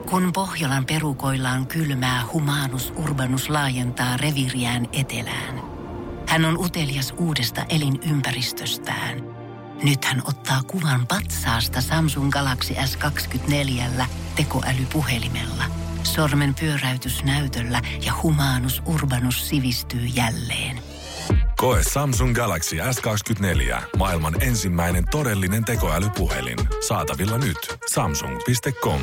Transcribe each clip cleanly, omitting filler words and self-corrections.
Kun Pohjolan perukoillaan kylmää, Humanus Urbanus laajentaa reviiriään etelään. Hän on utelias uudesta elinympäristöstään. Nyt hän ottaa kuvan patsaasta Samsung Galaxy S24 tekoälypuhelimella. Sormen pyöräytys näytöllä ja Humanus Urbanus sivistyy jälleen. Koe Samsung Galaxy S24. Maailman ensimmäinen todellinen tekoälypuhelin. Saatavilla nyt. Samsung.com.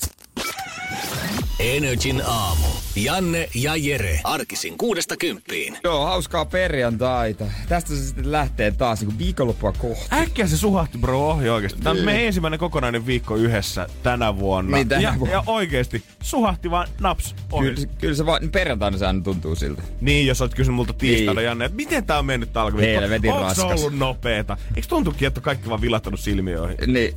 Energin aamu. Janne ja Jere. Arkisin 6–10. Joo, hauskaa perjantaita. Tästä se sitten lähtee taas niin viikonloppua kohti. Äkkiä se suhahti, bro, ohi oikeesti. Tämä on meidän ensimmäinen kokonainen viikko yhdessä tänä vuonna. Niin, tänä vuonna. Ja oikeesti, suhahti vaan naps ohi. Kyllä se vaan perjantaina se aina tuntuu siltä. Niin, jos olet kysynyt multa tiistaina, niin. Janne, että miten tää on mennyt alkuviikko? Helvetin raskas. raskas. Onko se ollut nopeeta? Eikö tuntukin, että kaikki vaan vilahtanut silmiöihin? Niin,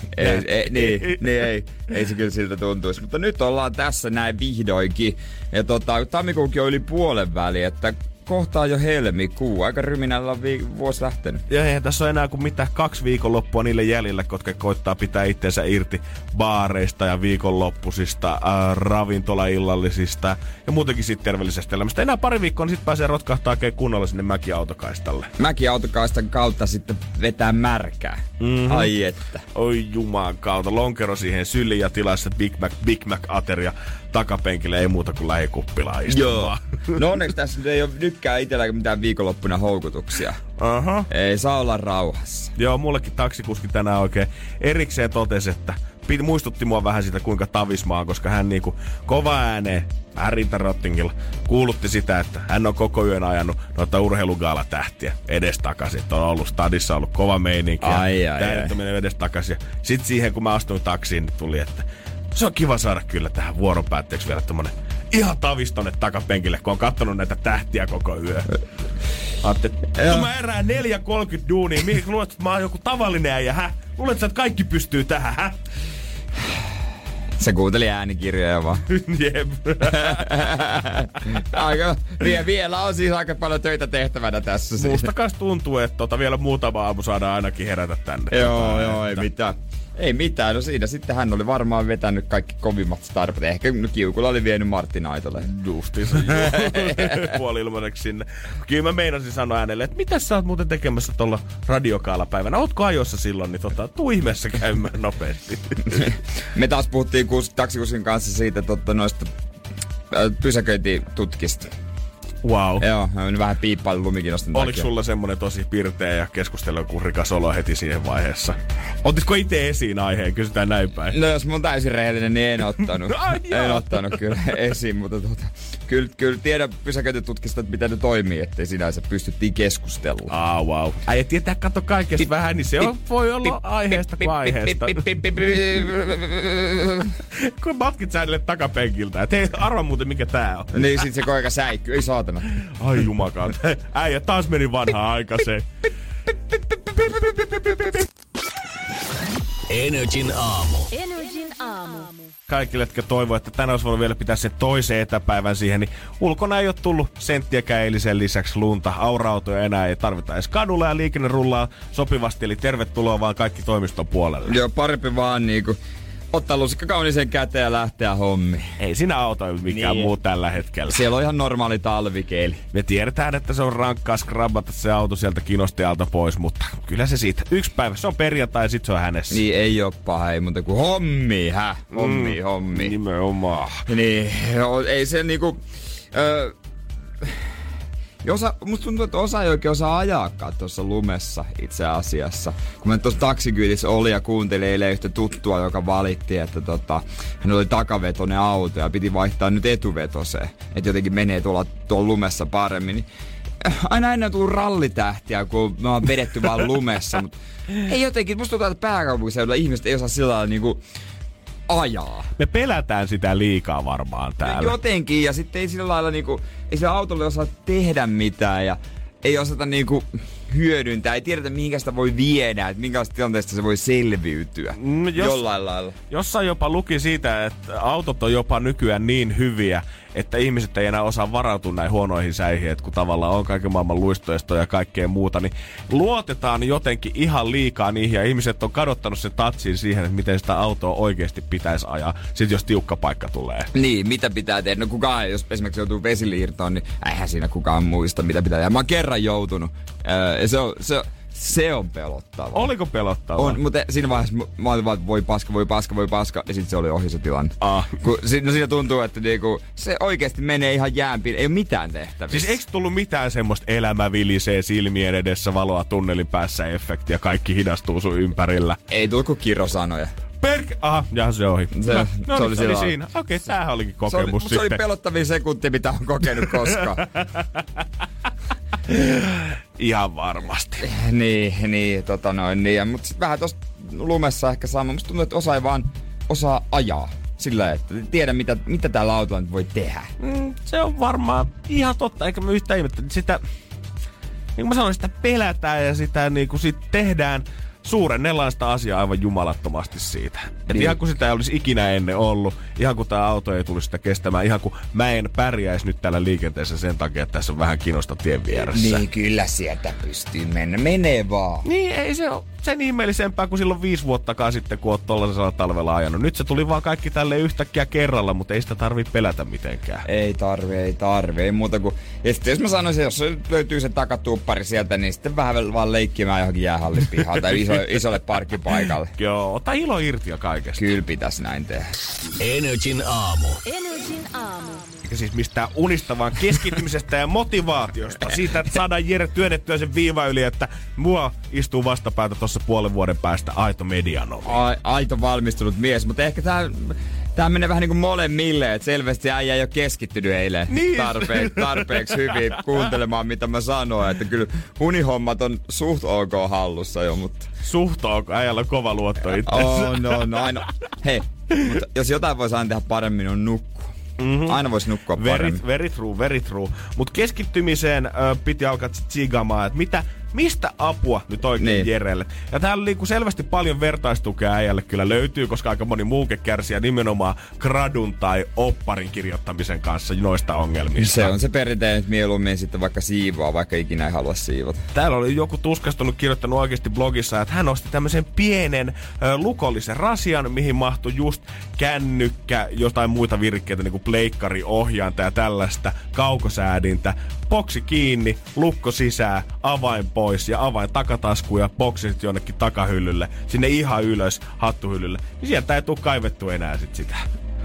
ei se kyllä siltä tuntuisi. Mutta nyt ollaan tässä näin vihdoinkin. Ja tammikuukin on yli puolen väli, että kohtaa jo helmikuu. Aika ryminällä on vuosi lähtenyt. Ja eihän tässä ole enää kuin mitään 2 viikonloppua niille jäljillä, jotka koittaa pitää itseensä irti baareista ja viikonloppusista, ravintolaillallisista ja muutenkin siitä terveellisestä elämästä. Enää pari viikkoa, niin sitten pääsee rotkahtaa kunnolla sinne mäkiautokaistalle. Mäkiautokaistan kautta sitten vetää märkää. Mm-hmm. Ai että. Oi juman kautta. Lonkero siihen syliin ja tilassa Big Mac-ateria takapenkille. Ei muuta kuin lähikuppilaa istumaan. Joo. No onneksi tässä nyt ei ole nytkään itsellä mitään viikonloppuna houkutuksia. Aha. Ei saa olla rauhassa. Joo, mullekin taksikuski tänään oikein erikseen totesi, että muistutti mua vähän siitä, kuinka tavismaa, koska hän niinku kova ääneen Rintarottingilla kuulutti sitä, että hän on koko yön ajanut noita urheilugaalatähtiä edestakaisin. Että on ollut stadissa ollut kova meininki ja tähdet on mennyt edestakaisin. Sitten siihen, kun mä astuin taksiin, niin tuli, että se on kiva saada kyllä tähän vuoron päätteeksi vielä tommonen ihan tavis tonne takapenkille, kun on kattonut näitä tähtiä koko yö. Ajattelin, kun mä erään 4.30 duuniin, luulet, että mä oon joku tavallinen äijä, luulet, että kaikki pystyy tähän, Se kuunteli äänikirjoja vaan. Jep. Vielä on siis aika paljon töitä tehtävänä tässä. Musta kas tuntuu, että vielä muutama aamu saadaan ainakin herätä tänne. Joo, ei mitään. Ei mitään, no siinä sitten hän oli varmaan vetänyt kaikki kovimmat starpit. Ehkä Kiukulla oli vienyt Martin Aitolle. Justiinsa, puoli-ilmaiseksi sinne. Kyllä mä meinasin sanoa äänelle, että mitä sä oot muuten tekemässä tuolla radiokaalapäivänä? Ootko ajossa silloin, niin tuu ihmeessä käymään nopeasti. Me taas puhuttiin taksikuskin kanssa siitä noista pysäköintitutkista. Wow. Joo, on vähän piippaillut lumikinoston takia. Oliko sulla semmonen tosi pirteä ja keskustelukurikas olo heti siihen vaiheessa? Otitko itse esiin aiheen? Kysytään näin päin. No jos mun täysin rehellinen, niin en ottanut. En ottanut kyllä esiin, mutta kyllä tiedän pysäköintitutkista, että miten ne toimii, ettei sinänsä pystyttiin keskustella. Wow. Äijä tietää katso kaikesta vähän, niin se voi olla aiheesta kuin aiheesta. Kun matkit sä hänelle takapenkiltä, et hei, arva muuten mikä tää on. Niin sit se koika säikkyy, ei saatana. Ai jumakaan. Äijä taas meni vanhaan aikaiseen. Energin aamu. Kaikille, jotka toivoo, että tänään olisi voinut vielä pitää sen toisen etäpäivän siihen, niin ulkona ei ole tullut senttiäkään eilisen lisäksi lunta. Aura-autoja enää ei tarvita edes kadulla ja liikenne rullaa sopivasti, eli tervetuloa vaan kaikki toimiston puolelle. Joo, parempi vaan niinku ottaa lusikka kauniiseen käteen ja lähteä hommiin. Ei siinä auta mikään muu tällä hetkellä. Siellä on ihan normaali talvikeili. Me tiedetään, että se on rankkaa skrabbata se auto sieltä kinostialta pois, mutta kyllä se siitä. Yksi päivä, se on perjantai ja sit se on hänessä. Niin ei oo paha, ei muuta kuin hommi, Hommi. Nimenomaan. Niin, ei se niinku... Musta tuntuu, että osa ei oikein osaa ajaakaan tuossa lumessa itse asiassa. Kun mä tuossa taksikyydissä olin ja kuuntelin eilen yhtä tuttua, joka valitti, että hän oli takavetoinen auto ja piti vaihtaa nyt etuvetoseen. Että jotenkin menee tuolla lumessa paremmin. Niin aina ennen on tullut rallitähtiä, kun me on vedetty vaan lumessa. Mutta ei jotenkin, musta tuntuu, että pääkaupunkiseudulla ihmiset ei osaa sillä lailla niinku ajaa. Me pelätään sitä liikaa varmaan täällä. Jotenkin, ja sitten ei sillä lailla niinku, ei sillä autolle osaa tehdä mitään ja ei osata niinku hyödyntää. Ei tiedetä, mihinkä sitä voi viedä, että minkälaista tilanteesta se voi selviytyä jollain lailla. Jossain jopa luki siitä, että autot on jopa nykyään niin hyviä, että ihmiset ei enää osaa varautua näihin huonoihin säihin, että kun tavallaan on kaiken maailman luistoistoja ja kaikkea muuta, niin luotetaan jotenkin ihan liikaa niihin, ja ihmiset on kadottanut sen tatsin siihen, että miten sitä autoa oikeasti pitäisi ajaa, sit jos tiukka paikka tulee. Niin, mitä pitää tehdä? No kukaan, jos esimerkiksi joutuu vesiliirtoon, niin eihän siinä kukaan muista, mitä pitää tehdä. Mä oon kerran joutunut, se on pelottavaa. Oliko pelottavaa? On, mutta siinä vaiheessa mä olin vaan, että voi paska, ja sitten se oli ohi se tilanne. Siinä tuntuu, että niinku, se oikeasti menee ihan jäänpiin, ei ole mitään tehtävissä. Siis eikö tullut mitään semmoista elämä vilisee silmien edessä, valoa tunnelin päässä efektiä, kaikki hidastuu sun ympärillä? Ei tullut kuin kirosanoja. Ja se ohi. Se oli siinä. Okei, tämähän olikin kokemus sitten. Se oli pelottavin sekunti, mitä on kokenut koskaan. Ihan varmasti. Niin. Mutta sitten vähän tossa lumessa ehkä sama. Musta tuntuu, että osa ei vaan osaa ajaa. Sillä, että tiedä, mitä täällä autolla nyt voi tehdä. Se on varmaan ihan totta. Eikä mä yhtään ihmettä. Sitä, niin kuin mä sanoin, sitä pelätään ja sitä niin kuin sit tehdään suurennellaan sitä asiaa aivan jumalattomasti siitä. Et ihan kun sitä ei olisi ikinä ennen ollut, ihan kun tämä auto ei tulisi sitä kestämään, ihan kun mä en pärjäisi nyt täällä liikenteessä sen takia, että tässä on vähän kinosta tien vieressä. Niin, kyllä sieltä pystyy mennä. Menee vaan. Niin, ei se ole sen ihmeellisempää kuin silloin 5 vuottakaan sitten, kun oot tollaisella talvella ajanut. Nyt se tuli vaan kaikki tälleen yhtäkkiä kerralla, mutta ei sitä tarvii pelätä mitenkään. Ei tarvi. Ei muuta kuin... Ja sitten jos mä sanoisin, jos löytyy se takatuuppari sieltä, niin sitten vähän vaan leikkimään johonkin jäähallin pihaan tai isolle parkkipaikalle. Joo, ota ilo irti ja kaikesta. Kyllä pitäisi näin tehdä. Energin aamu. Eikä siis mistään unista, vaan keskittymisestä ja motivaatiosta. Siitä, että saadaan Jere työnnettyä sen viiva yli, että mua istuu vastapäätä tuossa puolen vuoden päästä aito medianovi. Aito valmistunut mies, mutta ehkä tää menee vähän niinku molemmille, että selvästi äijä ei ole keskittynyt eilen niin. tarpeeksi hyvin kuuntelemaan, mitä mä sanoin. Että kyllä unihommat on suht ok hallussa jo, mutta... Suht ok, äijällä on kova luotto itseensä. No, aina. Hei, mutta jos jotain voisi aina tehdä paremmin, on nukkua. Mm-hmm. Aina voisi nukkua paremmin. Very true. Mut keskittymiseen piti alkaa tsiigaamaan, että mistä apua nyt oikein niin. Jerelle. Ja täällä niinku selvästi paljon vertaistukea äijälle kyllä löytyy, koska aika moni muukin kärsii nimenomaan gradun tai opparin kirjoittamisen kanssa noista ongelmista. Se on se perinteinen, että mieluummin sitten vaikka siivoa, vaikka ikinä ei halua siivota. Täällä oli joku tuskastunut kirjoittanut oikeasti blogissa, että hän osti tämmöisen pienen lukollisen rasian, mihin mahtui just kännykkä, jotain muita virkkeitä, niin kuin pleikkari, ohjainta ja tällaista, kaukosäädintä, boksi kiinni, lukko sisään, avain pois ja avain takataskuun ja boksi jonnekin takahyllylle, sinne ihan ylös hattuhyllylle. Niin sieltä ei tule kaivettu enää sitä.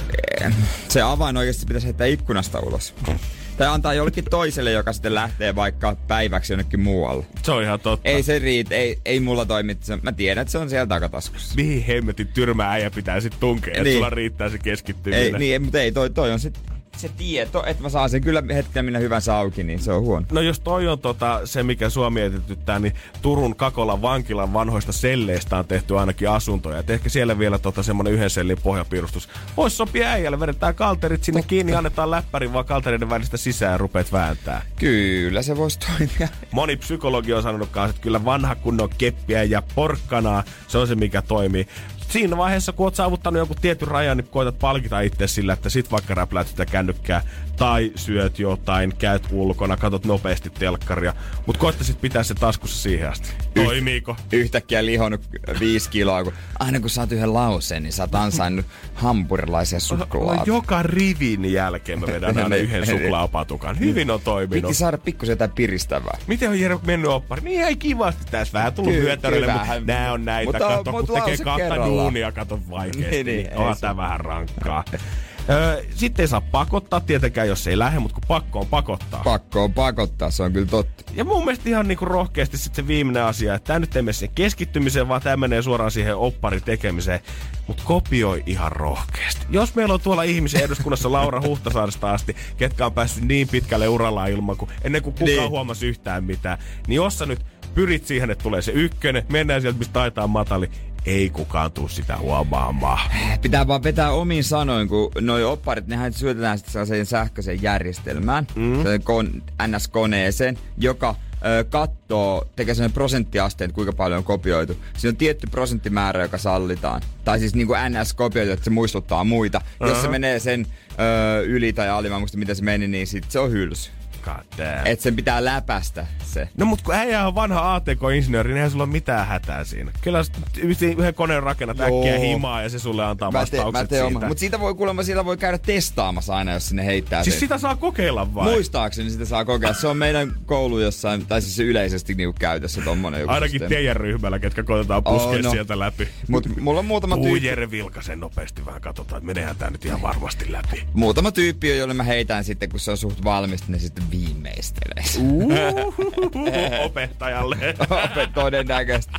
Se avain oikeasti pitäisi heittää ikkunasta ulos. Tai antaa jollekin toiselle, joka sitten lähtee vaikka päiväksi jonnekin muualle. Se on ihan totta. Ei se riitä, ei mulla toimi. Mä tiedän, että se on siellä takataskussa. Mihin hemmetin tyrmää äijä pitää sit tunkea, niin. Että sulla riittää se keskittyminen. Mutta toi on sit se tieto, että mä saan sen kyllä hetken minä hyvänsä auki, niin se on huono. No jos toi on se, mikä sua mietityttää, niin Turun Kakolan vankilan vanhoista selleistä on tehty ainakin asuntoja. Et ehkä siellä vielä semmonen 1 sellin pohjapiirustus. Vois sopia äijälle, vedetään kalterit sinne kiinni, annetaan läppärin vaan kaltereiden välistä sisään ja rupeat vääntää. Kyllä se voisi toimia. Moni psykologi on sanonut kanssa, että kyllä vanha kunnon keppiä ja porkkanaa, se on se mikä toimii. Siinä vaiheessa, kun oot saavuttanut joku tietyn rajan, niin koetat palkita itse sillä, että sit vaikka räpläät sitä kännykkää tai syöt jotain, käyt ulkona, katot nopeasti telkkaria. Mut koettaisit pitää se taskussa siihen asti. Toimiiko? Yhtäkkiä lihonnut 5 kiloa, kun aina kun saat yhden lauseen, niin sä oot ansainnut hampurilaisia suklaata. Joka rivin jälkeen mä vedän aina yhden suklaapatukan. Hyvin on toiminut. Piti saada pikkusen jotain piristävää. Miten on Jere mennyt oppari? Niin ei kivasti tässä vähän tullut hyötärille, mutta nää on näitä. Kato, kun tekee 2 duunia, kato vaikeasti. Niin, on tää vähän rankkaa. Sitten ei saa pakottaa tietenkään, jos ei lähde, mutta kun pakko on pakottaa. Pakko on pakottaa, se on kyllä totta. Ja mun mielestä ihan niinku rohkeasti sitten se viimeinen asia, että tää nyt ei mene siihen keskittymiseen, vaan tää menee suoraan siihen opparin tekemiseen. Mut kopioi ihan rohkeasti. Jos meillä on tuolla ihmisiä eduskunnassa Laura Huhtasaaresta asti, ketkä on päässyt niin pitkälle urallaan ilman, ennen kuin kukaan huomasi yhtään mitään, niin jos sä nyt pyrit siihen, että tulee se 1, mennään sieltä, mistä taitaa matali, ei kukaan tuu sitä huomaamaan. Pitää vaan vetää omiin sanoin, kun noi opparit, nehän syötetään sitten sellaiseen sähköiseen järjestelmään, NS-koneeseen, joka kattoo, tekee sellainen prosenttiasteen, kuinka paljon on kopioitu. Siinä on tietty prosenttimäärä, joka sallitaan. Tai siis niinku NS-kopioitu, että se muistuttaa muita. Jos se menee sen yli tai ali, mä muista miten se meni, niin sit se on hylsy. Että sen pitää läpästä se. No mut kun äijä on vanha ATK-insinööri, niin eihän sulla ole mitään hätää siinä. Kyllä yhden koneen rakennat äkkiä himaa ja se sulle antaa vastaukset siitä. Mut siitä voi käydä testaamassa aina, jos sinne heittää. Siis sitä saa kokeilla vai? Muistaakseni sitä saa kokeilla. Se on meidän koulu jossain, tai siis yleisesti niinku käytössä tommonen joku ainakin systeemi. Teidän ryhmällä, ketkä koitetaan puskea sieltä läpi. Mut mulla on muutama tyyppi. Jere Vilkasen nopeasti vähän katsotaan, että menehän tää nyt ihan varmasti läpi. Muutama tyyppi, jolle mä heitän sitten, kun se on suht valmista, niin sitten viimeistelee. Opettajalle. Todennäköisesti.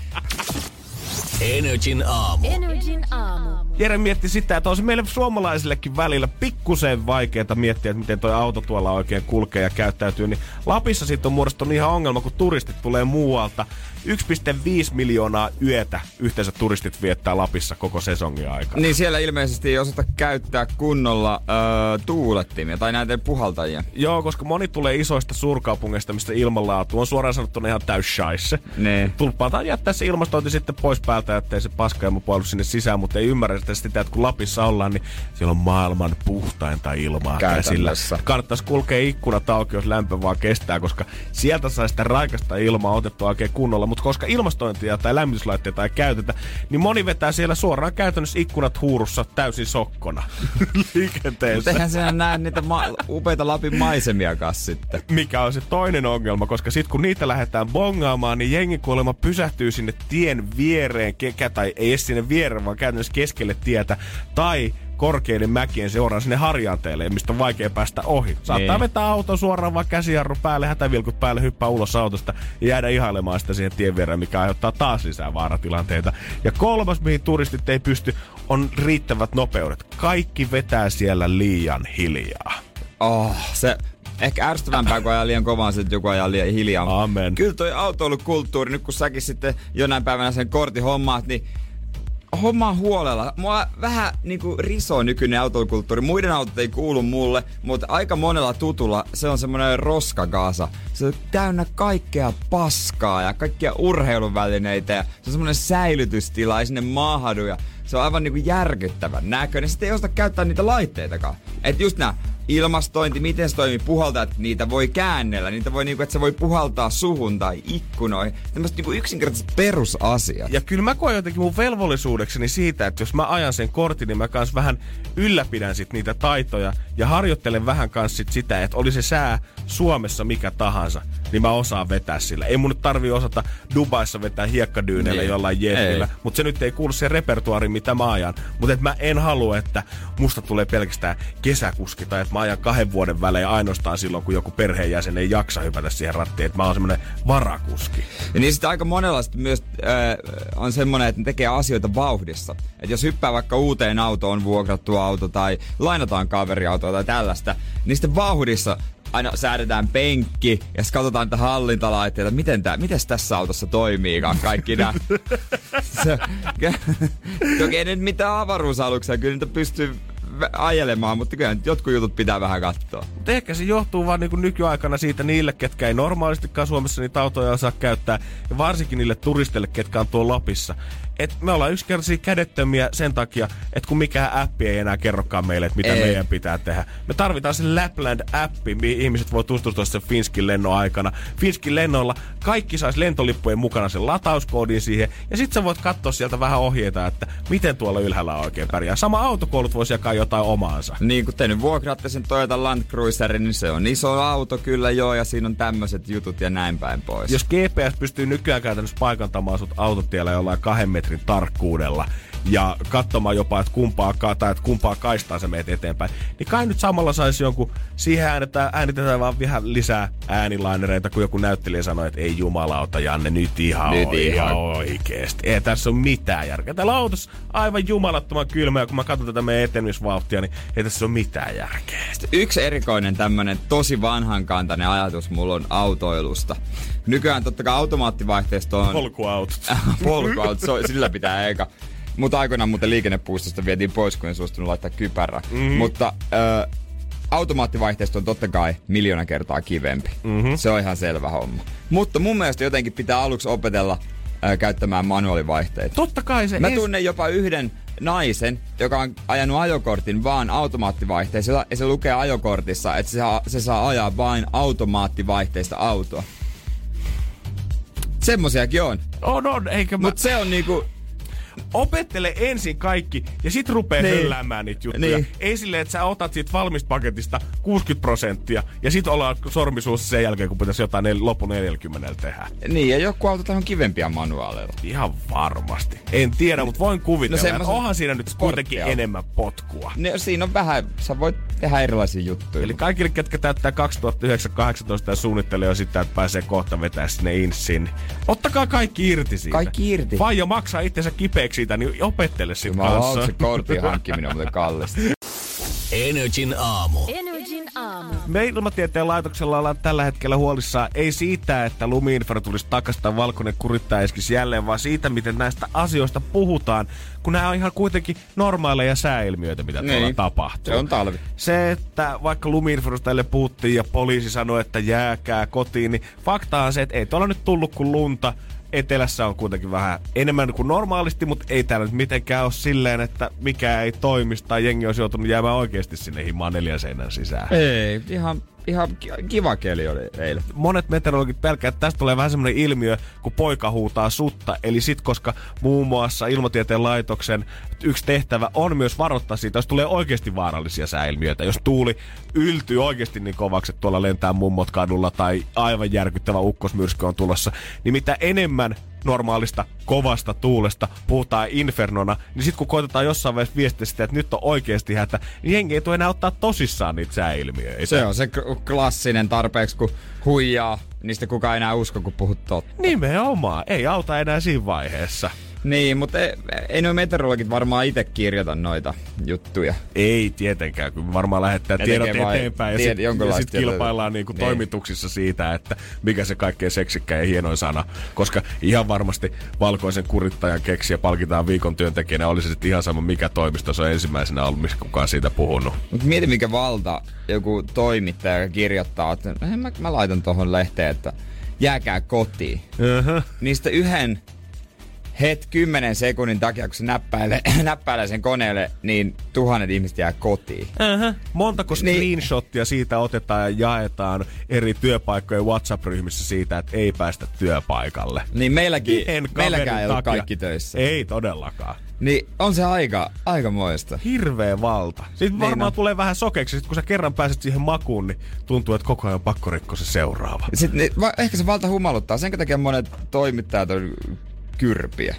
Energin aamu. Jere mietti sitä, että on se meille suomalaisillekin välillä pikkusen vaikeaa miettiä, että miten toi auto tuolla oikein kulkee ja käyttäytyy. Niin Lapissa siitä on muodostunut ihan ongelma, kun turistit tulee muualta. 1,5 miljoonaa yötä yhteensä turistit viettää Lapissa koko sesongin aikana. Niin siellä ilmeisesti ei osata käyttää kunnolla tuulettimia tai näitä puhaltajia. Joo, koska moni tulee isoista suurkaupungeista, mistä ilmanlaatu on suoraan sanottuna ihan täys shaisse. Tulppataan jättää se ilmastointi sitten pois päältä, ettei se paskailma puolus sinne sisään, mutta ei ymmärrä sitä, että kun Lapissa ollaan, niin siellä on maailman puhtainta ilmaa käsillä. Kannattaisi kulkea ikkunat auki, jos lämpö vaan kestää, koska sieltä saa sitä raikasta ilmaa otettua oikein kunnolla. Mutta koska ilmastointia tai lämmityslaitteita ei käytetä, niin moni vetää siellä suoraan käytännössä ikkunat huurussa täysin sokkona liikenteessä. Mutta eihän sinä näe niitä upeita Lapin maisemiakaan sitten. Mikä on se toinen ongelma, koska sit kun niitä lähdetään bongaamaan, niin jengi kuulemma pysähtyy sinne tien viereen, tai ei edes sinne viereen, vaan käytännössä keskelle tietä, tai korkeiden mäkien seuraan sinne harjanteelle, mistä on vaikea päästä ohi. Saattaa vetää auton suoraan vaan käsijarru päälle, hätävilkut päälle, hyppää ulos autosta ja jäädä ihailemaan sitä siihen tien viereen, mikä aiheuttaa taas lisää vaaratilanteita. Ja kolmas, mihin turistit ei pysty, on riittävät nopeudet. Kaikki vetää siellä liian hiljaa. Se ehkä ärsyttävämpää, kun ajaa liian kovaa, että joku ajaa liian hiljaa. Amen. Kyllä toi autoilukulttuuri, nyt kun säkin sitten jonain päivänä sen kortin hommaat, niin hommaa huolella. Mua vähän niinku risoo nykyinen autokulttuuri. Muiden autot ei kuulu mulle, mutta aika monella tutulla se on semmoinen roskakasa. Se on täynnä kaikkea paskaa ja kaikkia urheiluvälineitä ja se on semmoinen säilytystila, ei sinne mahdu ja se on aivan niinku järkyttävän näköinen. Sitten ei osata käyttää niitä laitteitakaan. Et just nää ilmastointi, miten se toimii, puhaltaa, että niitä voi käännellä, niitä voi niinku, että se voi puhaltaa suhun tai ikkunoihin. Tämmöiset niinku yksinkertaiset perusasiat. Ja kyllä mä koen jotenkin mun velvollisuudekseni siitä, että jos mä ajan sen kortin, niin mä kans vähän ylläpidän sit niitä taitoja ja harjoittelen vähän kans sit sitä, että oli se sää Suomessa mikä tahansa, niin mä osaan vetää sillä. Ei mun nyt tarvii osata Dubaissa vetää hiekkadyyneillä jollain jetillä, mutta se nyt ei kuulu siihen repertuaariin, mitä mä ajan. Mutta mä en halua, että musta tulee pelkästään kesäkuski tai että mä ajan 2 vuoden välein ainoastaan silloin, kun joku perheenjäsen ei jaksa hypätä siihen rattiin, että mä oon semmonen varakuski. Ja niin sitten aika monella myös on semmonen, että ne tekee asioita vauhdissa. Että jos hyppää vaikka uuteen autoon, vuokrattu auto tai lainataan kaveriautoa tai tällaista, niin sitten vauhdissa aina säädetään penkki ja sitten katsotaan niitä hallintalaitteita, miten tässä autossa toimiikaan kaikki nää. Toki ei nyt mitään avaruusaluksia, kyllä niitä pystyy ajelemaan, mutta kyllä jotkut jutut pitää vähän katsoa. Mutta ehkä se johtuu vaan niin nykyaikana siitä niille, ketkä ei normaalistikaan Suomessa niitä autoja osaa käyttää, ja varsinkin niille turisteille, ketkä on tuolla Lapissa. Et me ollaan yksinkertaisia kädettömiä sen takia, että kun mikään appi ei enää kerrokaan meille, että mitä meidän pitää tehdä. Me tarvitaan se Lapland-appi, mihin ihmiset voi tutustua sen Finskin lennon aikana. Finskin lennoilla kaikki sais lentolippujen mukana sen latauskoodin siihen, ja sit sä voit katsoa sieltä vähän ohjeita, että miten tuolla ylhäällä oikein pärjää. Sama autokoulut voisi jakaa jotain omaansa. Niin, kun te nyt vuokraatte sen Toyota Land Cruiserin, niin se on iso auto kyllä joo, ja siinä on tämmöiset jutut ja näin päin pois. Jos GPS pystyy nykyään käytännössä paikantamaan sut autotiellä jollain 2 metrin tarkkuudella ja katsomaan jopa, että kumpaa kaistaa sä meet eteenpäin, niin kai nyt samalla saisi jonkun, siihen äänitetään vaan vähän lisää äänilainereita, kun joku näyttelijä sanoi, että ei jumalauta Janne, nyt ihan oikeesti. Ei tässä ole mitään järkeä. Täällä autossa aivan jumalattoman kylmä, ja kun mä katson tätä meidän etenemisvauhtia, niin ei tässä ole mitään järkeä. Yksi erikoinen tämmönen tosi vanhankantainen ajatus mulla on autoilusta. Nykyään totta kai automaattivaihteesta on polkuautot. Sillä pitää eikä. Mutta aikoinaan muuten liikennepuistosta vietiin pois, kun en suostunut laittaa kypärää. Mutta automaattivaihteisto on totta kai 1,000,000 kertaa kivempi. Se on ihan selvä homma. Mutta mun mielestä jotenkin pitää aluksi opetella käyttämään manuaalivaihteita. Totta kai se. Mä tunnen jopa yhden naisen, joka on ajanut ajokortin vaan automaattivaihteissa. Ja se lukee ajokortissa, että se saa ajaa vain automaattivaihteista autoa. Semmosiakin on. On, eikä mä... Mut se on niinku... Opettele ensin kaikki ja sit rupee hölläämään niitä juttuja. Niin. Ei silleen, että sä otat siitä valmista paketista 60% ja sit ollaan sormisuussa sen jälkeen, kun pitäisi jotain lopun 40 tehdä. Niin, ja joku autot on kivempiä manuaaleilla. Ihan varmasti. En tiedä, mutta voin kuvitella, että onhan siinä nyt kuitenkin enemmän potkua. No, siinä on vähän, sä voit tehdä erilaisia juttuja. Eli kaikille, ketkä täyttää 2018 ja suunnittelee jo sitä, että pääsee kohta vetää sinne insiin. Ottakaa kaikki irti siitä. Kaikki irti. Faija maksaa itsensä kipeäksi siitä, niin opettele sit kanssa. Se kortin hankkiminen on muuten kallista. Energin aamu. Me Ilmatieteen laitoksella ollaan tällä hetkellä huolissaan ei siitä, että lumi-infra tulisi takaisin tai valkoinen kurittaja iskisi jälleen, vaan siitä, miten näistä asioista puhutaan, kun nämä on ihan kuitenkin normaaleja sääilmiöitä, mitä tuolla tapahtuu. Se on talvi. Se, että vaikka lumi-infrasta tälle puhuttiin ja poliisi sanoi, että jääkää kotiin, niin fakta on se, että ei tuolla nyt tullut kuin lunta. Etelässä on kuitenkin vähän enemmän kuin normaalisti, mutta ei täällä nyt mitenkään ole silleen, että mikään ei toimisi tai jengi olisi joutunut jäämään oikeasti sinne himaan 4 seinän sisään. Ei, ihan kiva keli oli eilen. Monet meteorologit pelkää, että tästä tulee vähän semmoinen ilmiö, kun poika huutaa sutta. Eli sit, koska muun muassa Ilmatieteen laitoksen yksi tehtävä on myös varoittaa siitä, jos tulee oikeasti vaarallisia sääilmiöitä. Jos tuuli yltyy oikeasti niin kovaksi, että tuolla lentää mummot kadulla tai aivan järkyttävä ukkosmyrsky on tulossa, niin mitä enemmän normaalista kovasta tuulesta puhutaan infernona, niin sit kun koitetaan jossain vaiheessa viestiä sitä, että nyt on oikeasti hätä, niin jengi ei tule enää ottaa tosissaan niitä sääilmiöitä. Se on se klassinen tarpeeksi, kun huijaa, niistä kukaan enää usko, kun puhut totta. Nimenomaan, ei auta enää siinä vaiheessa. Niin, mutta ei nuo meteorologit varmaan itse kirjoita noita juttuja. Ei tietenkään, kun varmaan lähettää tiedot eteenpäin ja sit kilpaillaan niinku toimituksissa siitä, että mikä se kaikkein seksikkäin ja hienoin sana. Koska ihan varmasti valkoisen kurittajan keksiä palkitaan viikon työntekijänä, oli se sitten ihan sama mikä toimisto se on ensimmäisenä ollut, missä kukaan siitä puhunut. Mut mieti mikä valta joku toimittaja kirjoittaa, että mä laitan tohon lehteen, että jääkää kotiin. Niistä yhden 10 sekunnin takia, kun se näppäilee sen koneelle, niin 1000 ihmiset jää kotiin. Montako screenshottia siitä otetaan ja jaetaan eri työpaikkojen WhatsApp-ryhmissä siitä, että ei päästä työpaikalle. Niin meilläkään ei ole kaikki töissä. Ei todellakaan. Niin on se aikamoista. Hirveä valta. Sitten varmaan tulee vähän sokeeksi, sit kun sä kerran pääset siihen makuun, niin tuntuu, että koko ajan pakko rikkoa se seuraava. Sitten, ehkä se valta humaluttaa. Sen takia monet toimittajat on kyrpiä.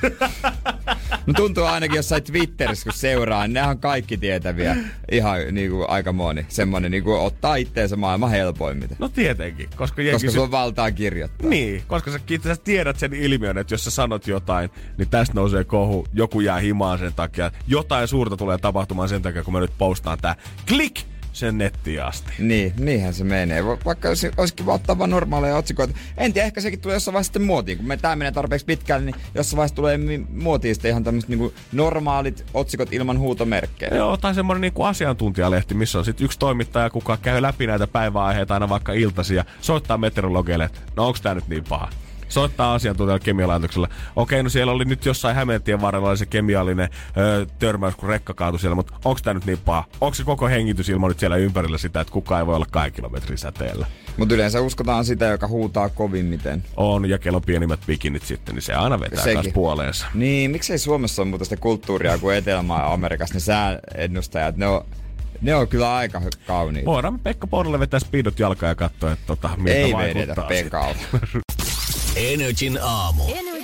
No tuntuu ainakin jossain Twitterissä, kun seuraa, niin ne on kaikki tietäviä. Ihan niinku aika moni. Semmonen niinku ottaa itteensä maailman helpoimmiten. No tietenkin. Koska sulla on valtaa kirjoittaa. Niin, koska sä tiedät sen ilmiön, että jos sä sanot jotain, niin tästä nousee kohu. Joku jää himaan sen takia. Jotain suurta tulee tapahtumaan sen takia, kun mä nyt postaan tää. Klik! Sen nettiin asti. Niin, niinhän se menee. Vaikka olisikin vaan ottaa vaan normaaleja otsikoita. En tiedä, ehkä sekin tulee jossain vaiheessa sitten muotiin. Kun tää menee tarpeeksi pitkälle, niin jossain vaiheessa tulee muotiin sitten ihan tämmöiset niinku normaalit otsikot ilman huutomerkkejä. Joo, tai semmonen niinku asiantuntijalehti, missä on sitten yksi toimittaja, kuka käy läpi näitä päiväaiheita aina vaikka iltaisia, soittaa meteorologeille, että no onks tää nyt niin paha? Soittaa asiantuntijalle kemialaitoksella. Okei, no siellä oli nyt jossain Hämeentien varrella oli se kemiallinen törmäys, kun rekka kaatui siellä, mutta onko tämä nyt niin paha? Onko se koko hengitysilma nyt siellä ympärillä sitä, että kukaan ei voi olla 2 kilometrin säteellä? Mutta yleensä uskotaan sitä, joka huutaa kovimmiten. On, ja kello pienimmät bikinit sitten, niin se aina vetää taas puoleensa. Niin, miksei Suomessa ole muuta sitä kulttuuria kuin Etelä-Amerikassa, ne sääennustajat, ne on kyllä aika kauniita. Voidaan Pekka Porille vetää speedot jalkaan ja katsoa, että miltä ei vaikuttaa. Ei vedetä Pekalta. Energin aamu.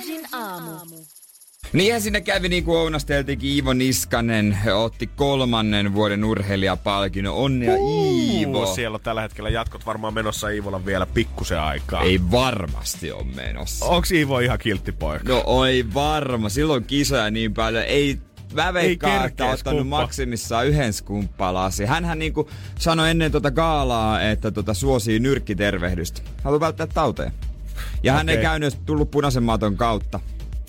Niinhän sinne kävi niin kuin ounasteltiinkin. Iivo Niskanen otti 3. vuoden urheilijapalkinnon. Onnea Iivo! Siellä on tällä hetkellä jatkot varmaan menossa Iivolla vielä pikkusen aikaa. Ei varmasti ole menossa. Onks Iivo ihan kiltti poika? No oi varma. Silloin kisoja niin paljon. Mä veikkaan, että on ottanut maksimissaan 1 skumppalasi. Hänhän niinku sanoi ennen gaalaa, että suosii nyrkkitervehdystä. Haluaa välttää tauteja. Ja hän ei käynyt tullut punaisen maton kautta.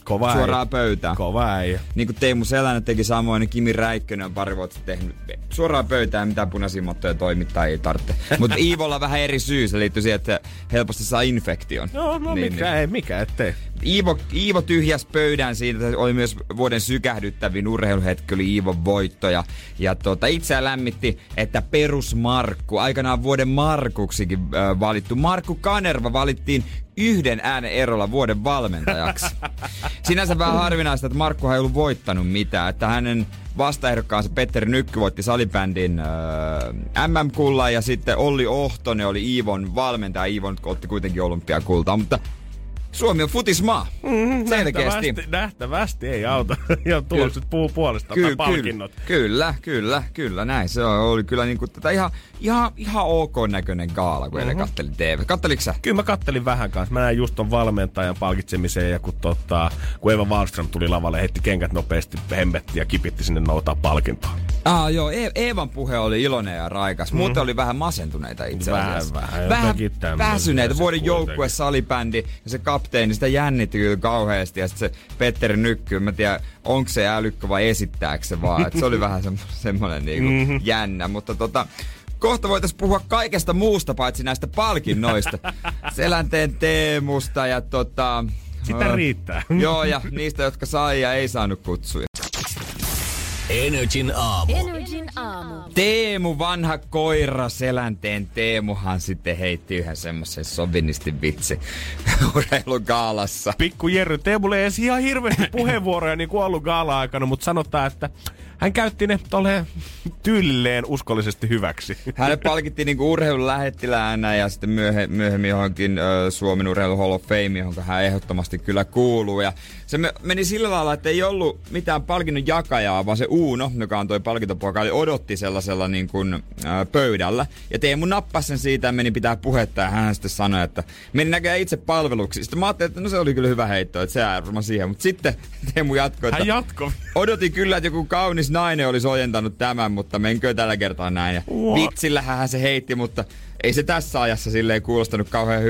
Kova suoraan pöytään. Kova äijä. Niin kuin Teemu Selänne teki samoin, niin Kimi Räikkönen on pari vuotta tehnyt suoraan pöytään, mitään punaisia mattoja toimittaa ei tarvitse. Mutta Iivolla vähän eri syy, se liittyy siihen, että helposti saa infektion. No niin, mikä ettei. Iivo tyhjäs pöydän siitä, oli myös vuoden sykähdyttävin urheiluhetki, oli Iivon voitto. Ja itseään lämmitti, että perusmarkku, aikanaan vuoden Markuksikin valittu. Markku Kanerva valittiin 1 äänen erolla vuoden valmentajaksi. Sinänsä vähän harvinaista, että Markkuhan ei ollut voittanut mitään, että hänen vastaehdokkaansa Petteri Nykky voitti salibändin MM-kullan ja sitten Olli Ohtonen oli Iivon valmentaja. Iivon otti kuitenkin olympiakultaa, mutta Suomi on futismaa. Selkeästi. Nähtävästi ei auta. Ja tulokset puhuu puolestaan tai palkinnot. Kyllä, näin. Se oli kyllä niinku ihan ok näköinen gaala, kun eilen kattelin TV. Katteliko sä? Kyllä mä kattelin vähän kanssa. Mä näin just ton valmentajan palkitsemiseen ja kun Eva Wallström tuli lavalle, heitti kengät nopeasti, hemmetti ja kipitti sinne noutaa palkintoa. Joo, Eevan puhe oli iloinen ja raikas. Muuten oli vähän masentuneita itse asiassa. Vähän väsyneitä. Vuoden joukkue salibändi ja se kapteeni, sitä jännitti kyllä kauheasti. Ja sitten se Petteri Nykky, mä tiedän, onko se älykkö vai esittääkö se vaan. Et se oli vähän semmoinen niinku jännä, mutta kohta voitaisiin puhua kaikesta muusta paitsi näistä palkinnoista. Selänteen Teemusta ja sitä riittää. Joo, ja niistä, jotka sai ja ei saanut kutsuja. Energin aamu. Teemu, vanha koira, Selänteen Teemuhan sitten heitti yhden semmoisen sovinistin vitsi urheilugaalassa. Pikku Jerry, Teemulle ei ihan hirveästi puheenvuoroja niin kuin ollut gaala-aikana, mutta sanotaan, että hän käytti ne tolleen tyylilleen uskollisesti hyväksi. Hänet palkittiin niinku urheilun lähettiläänä ja sitten myöhemmin johonkin Suomen Urheilu Hall of Fame, johon hän ehdottomasti kyllä kuuluu. Ja se meni sillä lailla, että ei ollut mitään palkinnon jakajaa, vaan se Uuno, joka on toi palkintopoika, odotti sellaisella niin kuin, pöydällä. Ja Teemu nappasi sen siitä ja meni pitää puhetta ja hän sitten sanoi, että meni näköjään itse palveluksi. Sitten mä ajattelin, että no se oli kyllä hyvä heitto, että se jää varmaan siihen. Mutta sitten Teemu jatkoi, että hän jatkoi. Odotin kyllä, että joku kaunis nainen olisi ojentanut tämän, mutta menkö tällä kertaa näin. Ja vitsillähän se heitti, mutta ei se tässä ajassa silleen kuulostanut kauhean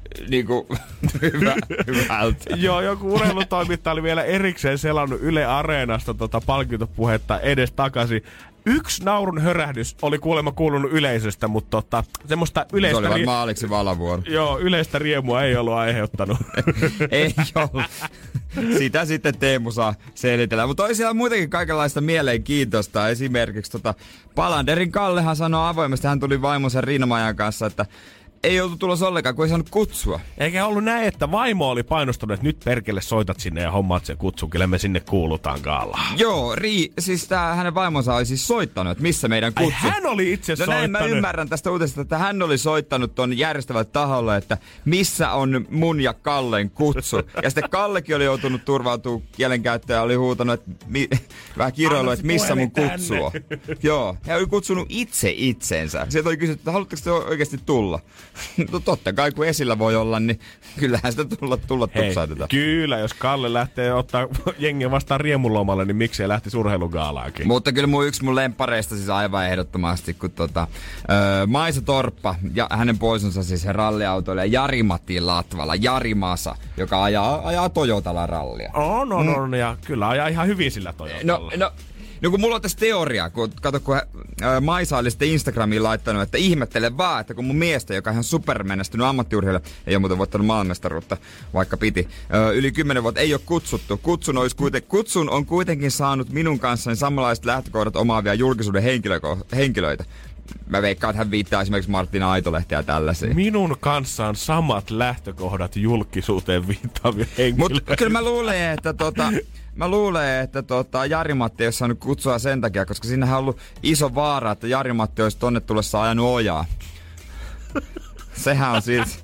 hyvältä. Joo, joku urheilutoimittaja oli vielä erikseen selannut Yle Areenasta palkintopuhetta edes takaisin. Yksi naurun hörähdys oli kuulemma kuulunut yleisöstä, mutta semmoista yleistä... Se oli varmaan Aleksi Valavuoro. Joo, yleistä riemua ei ollut aiheuttanut. Ei ollut. Sitä sitten Teemu saa selitellä. Mutta oli siellä muutenkin kaikenlaista mielenkiintoista. Esimerkiksi Palanderin Kallehan sanoi avoimesti, hän tuli vaimonsa Rinmajan kanssa, että ei oltu tulossa ollenkaan, kun ei saanut kutsua. Eikä ollut näin, että vaimo oli painostunut, että nyt perkele soitat sinne ja hommaat sen kutsun. Kyllä me sinne kuulutaan gaalaan. Joo, siis hänen vaimonsa oli siis soittanut, että missä meidän kutsu. Hän oli itse soittanut. Näin mä ymmärrän tästä uutisesta, että hän oli soittanut ton järjestävälle taholle, että missä on mun ja Kallen kutsu. Ja sitten Kallekin oli joutunut turvautumaan kielenkäyttöön ja oli huutanut, että vähän kiroilu, että missä mun kutsu on. Joo, hän oli kutsunut itse itsensä. Sieltä oli kysytty, että haluatteko te oikeasti tulla? No totta kai, kun esillä voi olla, niin kyllähän sitä tulla tupsautetaan. Kyllä, jos Kalle lähtee ottaa jengiä vastaan riemulomalle, niin miksei lähtisi urheilugaalaankin. Mutta kyllä yksi mun lemppareista siis aivan ehdottomasti, kun Maisa Torppa ja hänen poisonsa siis ralliautoilija Jari-Matti Latvala, Jari-Masa, joka ajaa Toyotalla rallia. No, ja kyllä ajaa ihan hyvin sillä Toyotalla. No kun mulla on tässä teoria, kun Maisa oli sitten Instagramiin laittanut, että ihmettele vaan, että kun mun miestä, joka on ihan supermenestynyt ammattiurheilija, ei ole muuten voittanut maailmanmestaruutta, vaikka piti, yli 10 vuotta ei ole kutsuttu. Kutsun on kuitenkin saanut minun kanssani samanlaiset lähtökohdat omaavia julkisuuden henkilöitä. Mä veikkaan, että hän viittaa esimerkiksi Martin Aitolehtiä ja tällaisia. Minun kanssaan samat lähtökohdat julkisuuteen viittaavia henkilöitä. Mutta kyllä mä luulen, että Jari-Matti ei ole saanut kutsua sen takia, koska siinähän on ollut iso vaara, että Jari-Matti olisi tonne tullessa ajanut ojaa. Sehän on siis...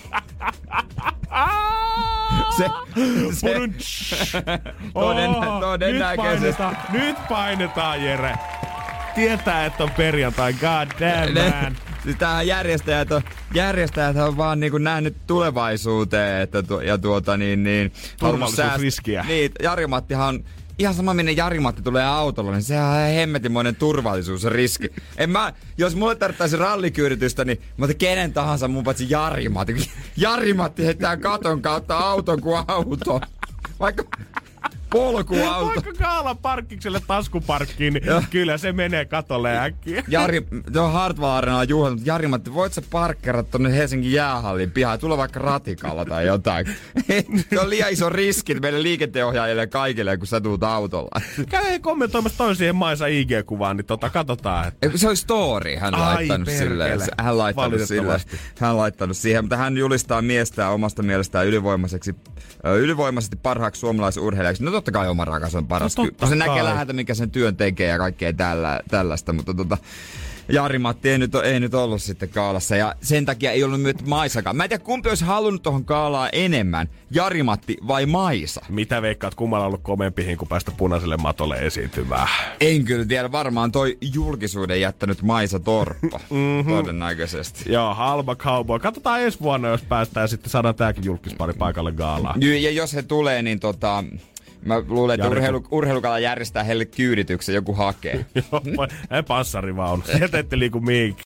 Todennäköisesti. Nyt painetaan, Jere. Tietää, että on perjantai. God damn, man. Siis tämähän järjestäjät on vaan niinku nähnyt tulevaisuuteen, että turvallisuusriskiä. Niin, Jari-Mattihan on ihan sama, minne Jari-Matti tulee autolla, niin sehän on hemmetimoinen turvallisuusriski. Jos mulle tarvittaisi rallikyyritystä, niin mä otan kenen tahansa mun paitsi Jari-Matti. Jari-Matti heittää katon kautta auton kuin auto. Vaikka polkuauto. Vaikka Gaalan parkkikselle taskuparkkiin, niin kyllä se menee katolle äkkiä. Jari, tuohon Hartwall Areenaan juhannut. Jari-Matti, voit sä parkkeerata tonne Helsingin jäähallin pihaan? Tule vaikka ratikalla tai jotain. Se on liian iso riski meille liikenteenohjaajille kaikille, kun sä tuut autolla. Käy kommentoimassa toisen siihen Maisa IG-kuvaan, niin katsotaan. Että... Se oli story, hän laittanut silleen. Hän laittanut siihen, mutta hän julistaa miestään omasta mielestään ylivoimaisesti parhaaksi suomalaisurheilijaksi. No totta kai oma rakas on paras. No, kun se näkee läheltä, mikä sen työn tekee ja kaikkea tällaista, mutta Jari-Matti ei nyt ollut sitten Gaalassa ja sen takia ei ollut myötä Maisakaan. Mä en tiedä, kumpi olisi halunnut tuohon Gaalaan enemmän, Jari-Matti vai Maisa? Mitä veikkaat, kummalla on ollut komempihin, kun päästä punaiselle matolle esiintymään? En kyllä tiedä, varmaan toi julkisuuden jättänyt Maisa Torppa, todennäköisesti. Joo, halpa cowboy. Katsotaan ensi vuonna, jos päästään sitten saadaan tääkin julkispari paikalle Gaalaan. Ja jos he tulee, niin mä luulen, että urheilukala järjestää heille kyydityksen, joku hakee. Joo, ei passarivaunu. Sieltä ette liiku mihinkin.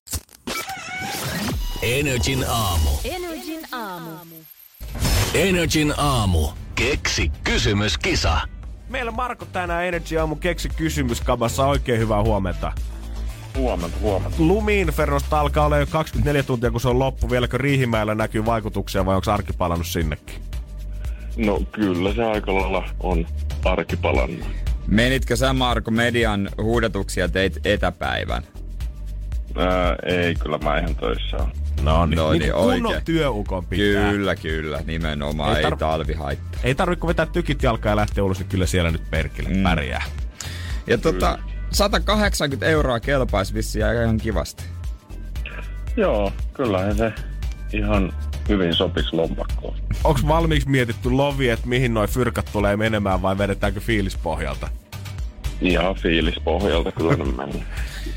Energin aamu. Keksi kysymyskisa. Meillä Marko tänään Energy aamu keksi kysymyskabassa. Oikein hyvää huomenta. Huomenta. Lumiinferrosta alkaa olla jo 24 tuntia, kun se on loppu. Vieläkö Riihimäellä näkyy vaikutuksia vai onko arki palannut sinnekin? No kyllä se aika lailla on arki palannut. Menitkö sä, Marko, median huudatuksia teit etäpäivän? Ei, kyllä mä ihan töissä on. No niin kunnon työukon pitää. Kyllä, nimenomaan, ei talvi haittaa. Ei tarvitse vetää tykit jalkaa ja lähteä ulos, niin kyllä siellä nyt perkele pärjää. Ja 180 € kelpaisi vissiin ihan kivasti. Joo, kyllähän se ihan hyvin sopisi lompakkoon. Onks valmiiksi mietitty lovi, että mihin noi fyrkat tulee menemään vai vedetäänkö fiilispohjalta? Ihan fiilispohjalta kyllä ne mennään.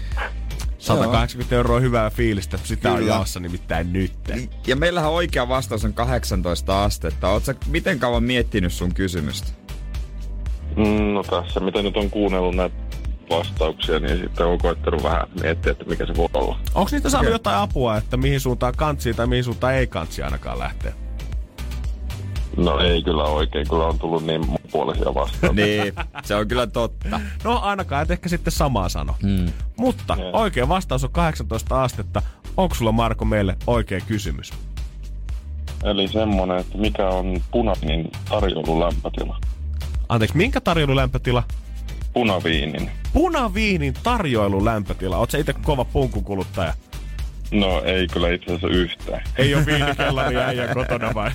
180 € hyvää fiilistä, sitä kyllä on jaossa nimittäin nyt. Ja meillähän oikea vastaus on 18 astetta. Oot sä miten kauan miettinyt sun kysymystä? No tässä, mitä nyt on kuunnellut näitä vastauksia, niin sitten on koittanut vähän miettiä, että mikä se voi olla. Onko niitä saanut jotain apua, että mihin suuntaan kantsii tai mihin suuntaan ei kantsi ainakaan lähteä? No ei kyllä oikein, kyllä on tullut niin puolisia vastaan. Niin, se on kyllä totta. No ainakaan et ehkä sitten samaa sano. Mutta oikea vastaus on 18 astetta. Onko sulla, Marko, meille oikea kysymys? Eli semmonen, että mikä on punaviinin tarjoilulämpötila? Anteeksi, minkä tarjoilulämpötila? Punaviinin. Punaviinin tarjoilulämpötila. Oot sä itse kova punkukuluttaja? No ei kyllä itse asiassa yhtään. Ei oo viinikellari äijä kotona vai?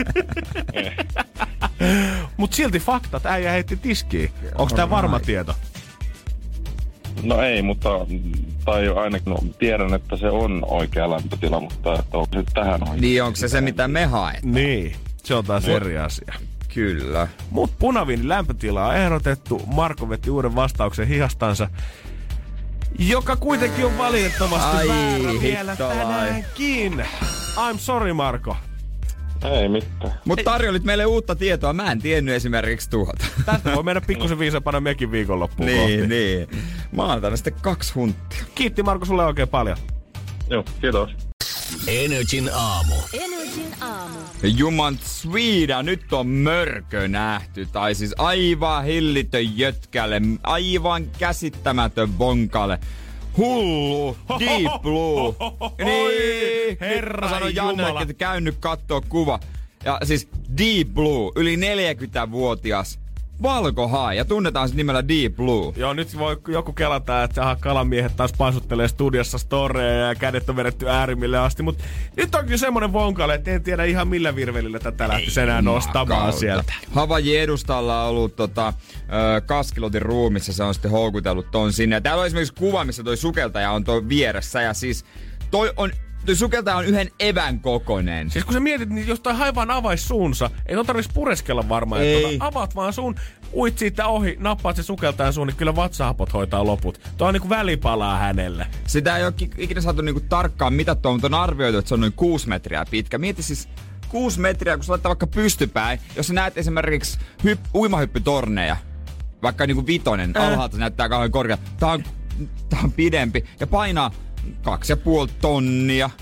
Mut silti faktat, äijä heitti tiskiin. Onks tää varma tieto? No ei, mutta tai ainakin tiedän, että se on oikea lämpötila, mutta että onko se tähän oikein? Niin, onko se mitä me haetaan? Niin, se on taas eri asia. Kyllä. Mut punaviinin lämpötila on ehdotettu. Marko veti uuden vastauksen hihastansa, joka kuitenkin on valitettavasti väärä vielä tänäänkin. I'm sorry, Marko. Ei mitään. Mut tarjoilit meille uutta tietoa. Mä en tiennyt esimerkiksi tuota. Tästä voi mennä pikkusen viisapana mekin viikonloppuun kohti. Niin. Maanantaina sitten 2 hunttia. Kiitti, Marko, sulle oikein paljon. Joo, kiitos. Energin aamu. Juman Sweden, nyt on mörkö nähty. Tai siis aivan hillitön jötkälle, aivan käsittämätön bonkalle. Hullu, Deep Blue. Niin, herra sanon Jumala. Janne, että käynyt kattoo kuva. Ja siis Deep Blue, yli 40-vuotias valkohai, ja tunnetaan se nimellä Deep Blue. Joo, nyt voi joku kelata, että kalamiehet taas paisuttelee studiossa storeja ja kädet on vedetty äärimmille asti, mutta nyt on kyllä semmonen vonkale, että en tiedä ihan millä virvelillä tätä lähtisi enää nostamaan sieltä. Havaji edustalla on ollut Kaskilotin ruumissa, se on sitten houkutellut ton sinne. Ja täällä on esimerkiksi kuva, missä toi sukeltaja on toi vieressä, ja siis toi sukeltaja on yhden evän kokoinen. Siis kun sä mietit, niin jos toi haivaan avaisi suunsa, ei ton tarvitsisi pureskella varmaan. Että avaat vaan suun, uit siitä ohi, nappaat se sukeltajan suun, niin kyllä vatsahapot hoitaa loput. Tuo on niinku välipalaa hänelle. Sitä ei ole ikinä saatu niinku tarkkaan mitattua, mutta on arvioitu, että se on noin 6 metriä pitkä. Mieti siis 6 metriä, kun sä laittaa vaikka pystypäin. Jos sä näet esimerkiksi uimahyppytorneja, vaikka niinku 5, alhaalta se näyttää kauhean korkea. Tää on pidempi ja painaa 2,5 tonnia.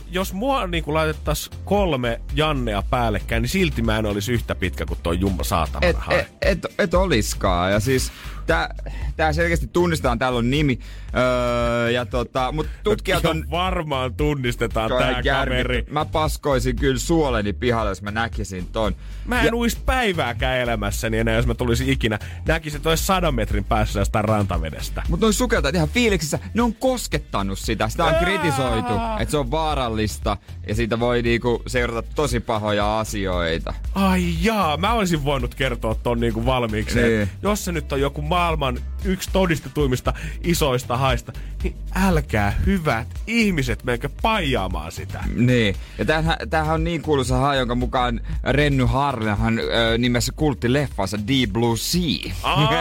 jos mua niinku laitettaisiin 3 Jannea päällekkäin, niin silti mä en olisi yhtä pitkä kuin toi Jumma saataman hai. Et oliskaan. Ja siis tää selkeästi tunnistetaan, täällä on nimi. Mut tutkijat on... varmaan tunnistetaan tää kaveri. Mä paskoisin kyllä suoleni pihalle, jos mä näkisin ton. Mä en uisi päivääkään elämässäni enää, jos mä tulisin ikinä. Näkisin toi 100 metrin päässä jostain rantavedestä. Mut noi sukeltajat ihan fiiliksissä, ne on koskettanut sitä. Sitä on kritisoitu, että se on vaarallista ja siitä voi niinku seurata tosi pahoja asioita. Ai jaa, mä olisin voinut kertoa ton niinku valmiiksi. Niin. Jos se nyt on joku maailman yksi todistetuimmista isoista haista, niin älkää hyvät ihmiset menkö paijaamaan sitä. Niin. Ja tämähän on niin kuuluisa hai, jonka mukaan Renny Harlehan nimessä kulttileffansa Deep Blue Sea.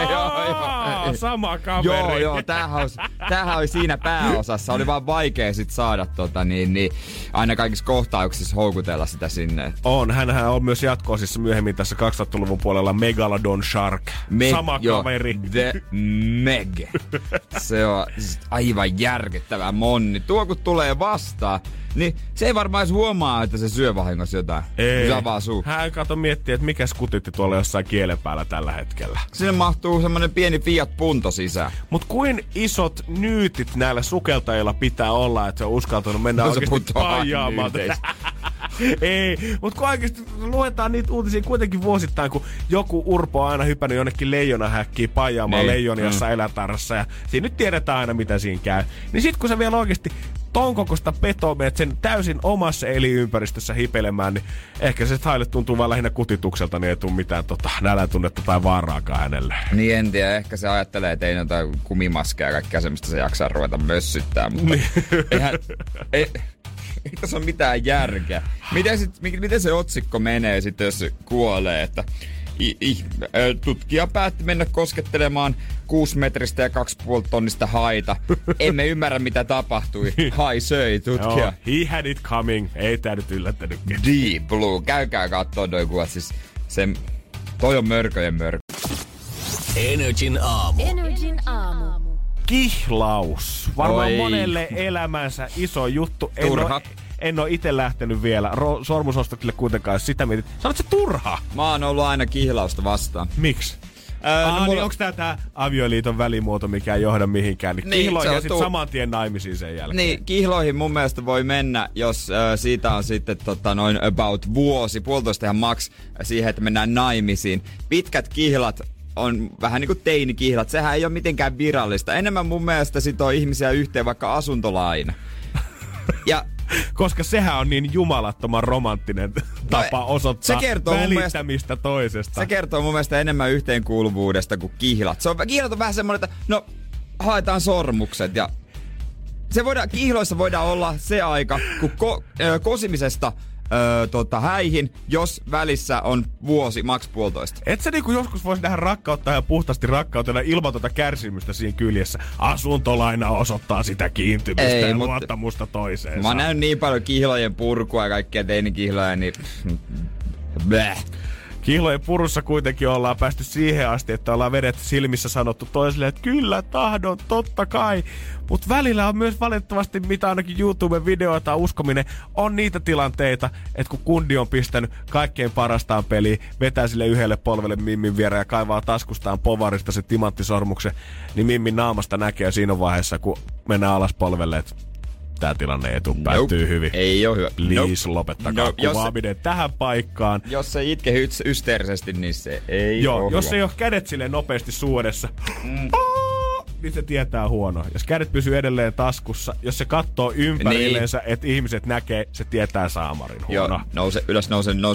Sama kaveri. Joo, tämähän oli siinä pääosassa. Oli vaan vaikea sit saada aina kaikissa kohtauksissa houkutella sitä sinne. Hänhän on myös jatko-osissa myöhemmin tässä 2000-luvun puolella Megalodon Shark. Sama kaveri. The Meg. Se on siis aivan järkyttävä monni. Tuo kun tulee vastaan, niin se ei varmaan edes huomaa, että se syö vahingossa jotain. Ei. Suu. Hän kato miettiä, että mikä skutitti tuolla jossain kielen päällä tällä hetkellä. Sinne mahtuu semmonen pieni Fiat Punto sisään. Mut kuin isot nyytit näillä sukeltajilla pitää olla, että se on uskaltanut mennä oikeesti paijaamaan. Ei, mut kun oikeesti luetaan niitä uutisia kuitenkin vuosittain, kun joku urpo on aina hypännyt jonnekin leijonahäkkiin paijaamaan leijonia jossain elätarrassa ja siinä nyt tiedetään aina mitä siinä käy. Niin sit kun sä vielä oikeesti ton kokoista petoa menet sen täysin omassa elinympäristössä hipelemään, niin ehkä se haille tuntuu vaan lähinnä kutitukselta, niin ei tule mitään näläntunnetta tai vaaraakaan hänelle. Niin en tiedä, ehkä se ajattelee, että ei noita kumimaskeja ja kaikkea semmoista se jaksaa ruveta mössyttää, mutta ei tässä ole mitään järkeä. Miten se otsikko menee sitten, jos se kuolee, että tutkija päätti mennä koskettelemaan 6 metristä ja 2,5 tonnista haita. Emme ymmärrä, mitä tapahtui. Hai söi tutkija. No, he had it coming. Ei tää nyt yllättänytkään. Deep Blue. Käykää kattoo noi kuvat. Siis toi on mörköjen mörkö. Energin aamu. Kihlaus. Varmaan monelle elämänsä iso juttu. Turha. En ole itse lähtenyt vielä sormusostokille kuitenkaan, jos sitä mietit. Sanot se turha? Mä oon ollut aina kihlausta vastaan. Miksi? Niin onks tää avioliiton välimuoto, mikä ei johda mihinkään? Niin kihloihin ja sit saman tien naimisiin sen jälkeen. Niin, kihloihin mun mielestä voi mennä, jos siitä on sitten noin about vuosi, 1,5 ihan maks siihen, että mennään naimisiin. Pitkät kihlat on vähän niinku teinikihlat. Sehän ei ole mitenkään virallista. Enemmän mun mielestä sitoo ihmisiä yhteen vaikka asuntolaina. Ja koska sehän on niin jumalattoman romanttinen tapa osoittaa välittämistä toisesta. Se kertoo mun mielestä enemmän yhteenkuuluvuudesta kuin kihlat. Kihlat on vähän semmoinen, että haetaan sormukset ja kihloissa voidaan olla se aika, kun kosimisesta häihin, jos välissä on vuosi, maks 1,5. Et sä niinku joskus vois nähdä rakkautta ja puhtaasti rakkautena ilman kärsimystä siinä kyljessä. Asuntolaina osoittaa sitä kiintymistä ja luottamusta toiseen. Mä näyn niin paljon kihlojen purkua ja kaikkia teinikihloja, niin bleh. Kihlojen purussa kuitenkin ollaan päästy siihen asti, että ollaan vedet silmissä sanottu toiselle, että kyllä tahdon, totta kai. Mut välillä on myös valitettavasti, mitä ainakin YouTuben videoita uskominen, on niitä tilanteita, että kun kundi on pistänyt kaikkein parastaan peliin, vetää sille yhdelle polvelle Mimmin viereen ja kaivaa taskustaan povarista se timanttisormuksen, niin Mimmin naamasta näkee siinä vaiheessa, kun mennään alas polvelle, että tää tilanne ei päättyy hyvin. Ei oo hyvä. Lopettakaa kuvaaminen tähän paikkaan. Jos se itke hysteerisesti, niin se ei oo jos hyvä. ei oo kädet silleen nopeasti suodessa, niin se tietää huonoa. Jos kädet pysyy edelleen taskussa, jos se kattoo ympärilleensä, että ihmiset näkee, se tietää saamarin huono. Joo, nouse ylös,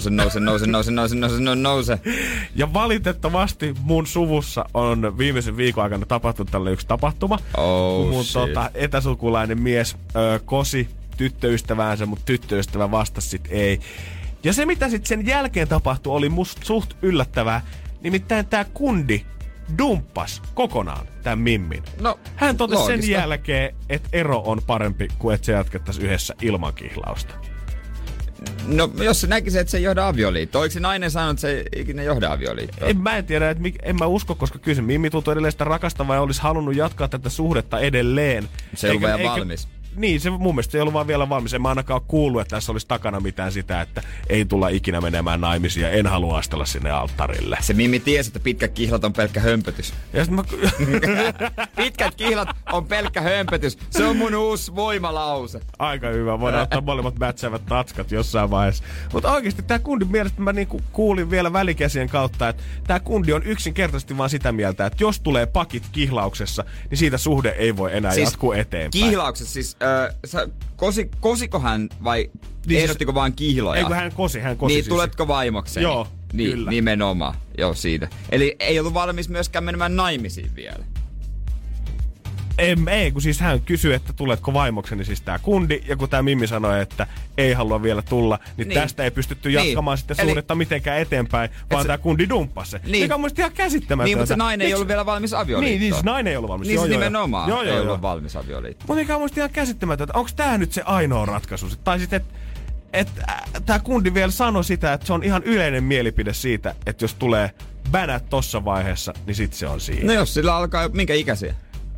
nouse. Ja valitettavasti mun suvussa on viimeisen viikon aikana tapahtunut tälle yksi tapahtuma. Kun mun etäsukulainen mies kosi tyttöystäväänsä, mutta tyttöystävä vastasi sit ei. Ja se mitä sit sen jälkeen tapahtui oli musta suht yllättävää. Nimittäin tää kundi dumppas kokonaan tämän Mimmin. No, hän totesi sen jälkeen, että ero on parempi kuin että se jatkettaisiin yhdessä ilman kihlausta. No, jos se näkisi, että se ei johda avioliittoon. Oliko se nainen sanonut, että se ei ikinä johda avioliittoon? En tiedä, en mä usko, koska kyllä se Mimmi tuntuu edelleen sitä rakastavaa ja olisi halunnut jatkaa tätä suhdetta edelleen. Se ei ole valmis. Niin, se mun mielestä ei ollut vaan vielä valmis. En mä ainakaan ole kuullut, että tässä olisi takana mitään sitä, että ei tulla ikinä menemään naimisiin ja en halua astella sinne alttarille. Se Mimmi tiesi, että pitkät kihlat on pelkkä hömpötys. Pitkät kihlat on pelkkä hömpötys. Se on mun uusi voimalause. Aika hyvä. Voidaan ottaa molemmat mätsäävät tatskat jossain vaiheessa. Mutta oikeasti tää kundin mielestä mä niinku kuulin vielä välikäsien kautta, että tää kundi on yksinkertaisesti vaan sitä mieltä, että jos tulee pakit kihlauksessa, niin siitä suhde ei voi enää jatkuu eteenpäin. Kihlauksessa siis, kosiko hän vai niin ehdottiko siis, vaan kihloja? Eikö hän kosi niin siis. Tuletko vaimokseni? Joo, niin, kyllä. Nimenomaan, joo siitä. Eli ei ollut valmis myöskään menemään naimisiin vielä. Ei, kun siis hän kysyi, että tuletko vaimokseni, siis tää kundi, ja kun tää Mimmi sanoi, että ei halua vielä tulla, niin tästä ei pystytty jatkamaan sitten suhdetta mitenkään eteenpäin, vaan tää kundi dumppasi se. Niin. Mikä on musta ihan käsittämätöntä. Niin, mutta se nainen ei ollut vielä valmis avioliittoon. Niin, siis nainen ei ollut valmis. Niin, joo, nimenomaan joo. ei ollut valmis avioliittoon. Mutta mikä on musta ihan käsittämätöntä, onko tää nyt se ainoa ratkaisu? Tai sitten, että tää kundi vielä sanoi sitä, että se on ihan yleinen mielipide siitä, että jos tulee bänät tossa vaiheessa, niin sit se on siinä. No jos sillä alkaa, minkä ikäisiä?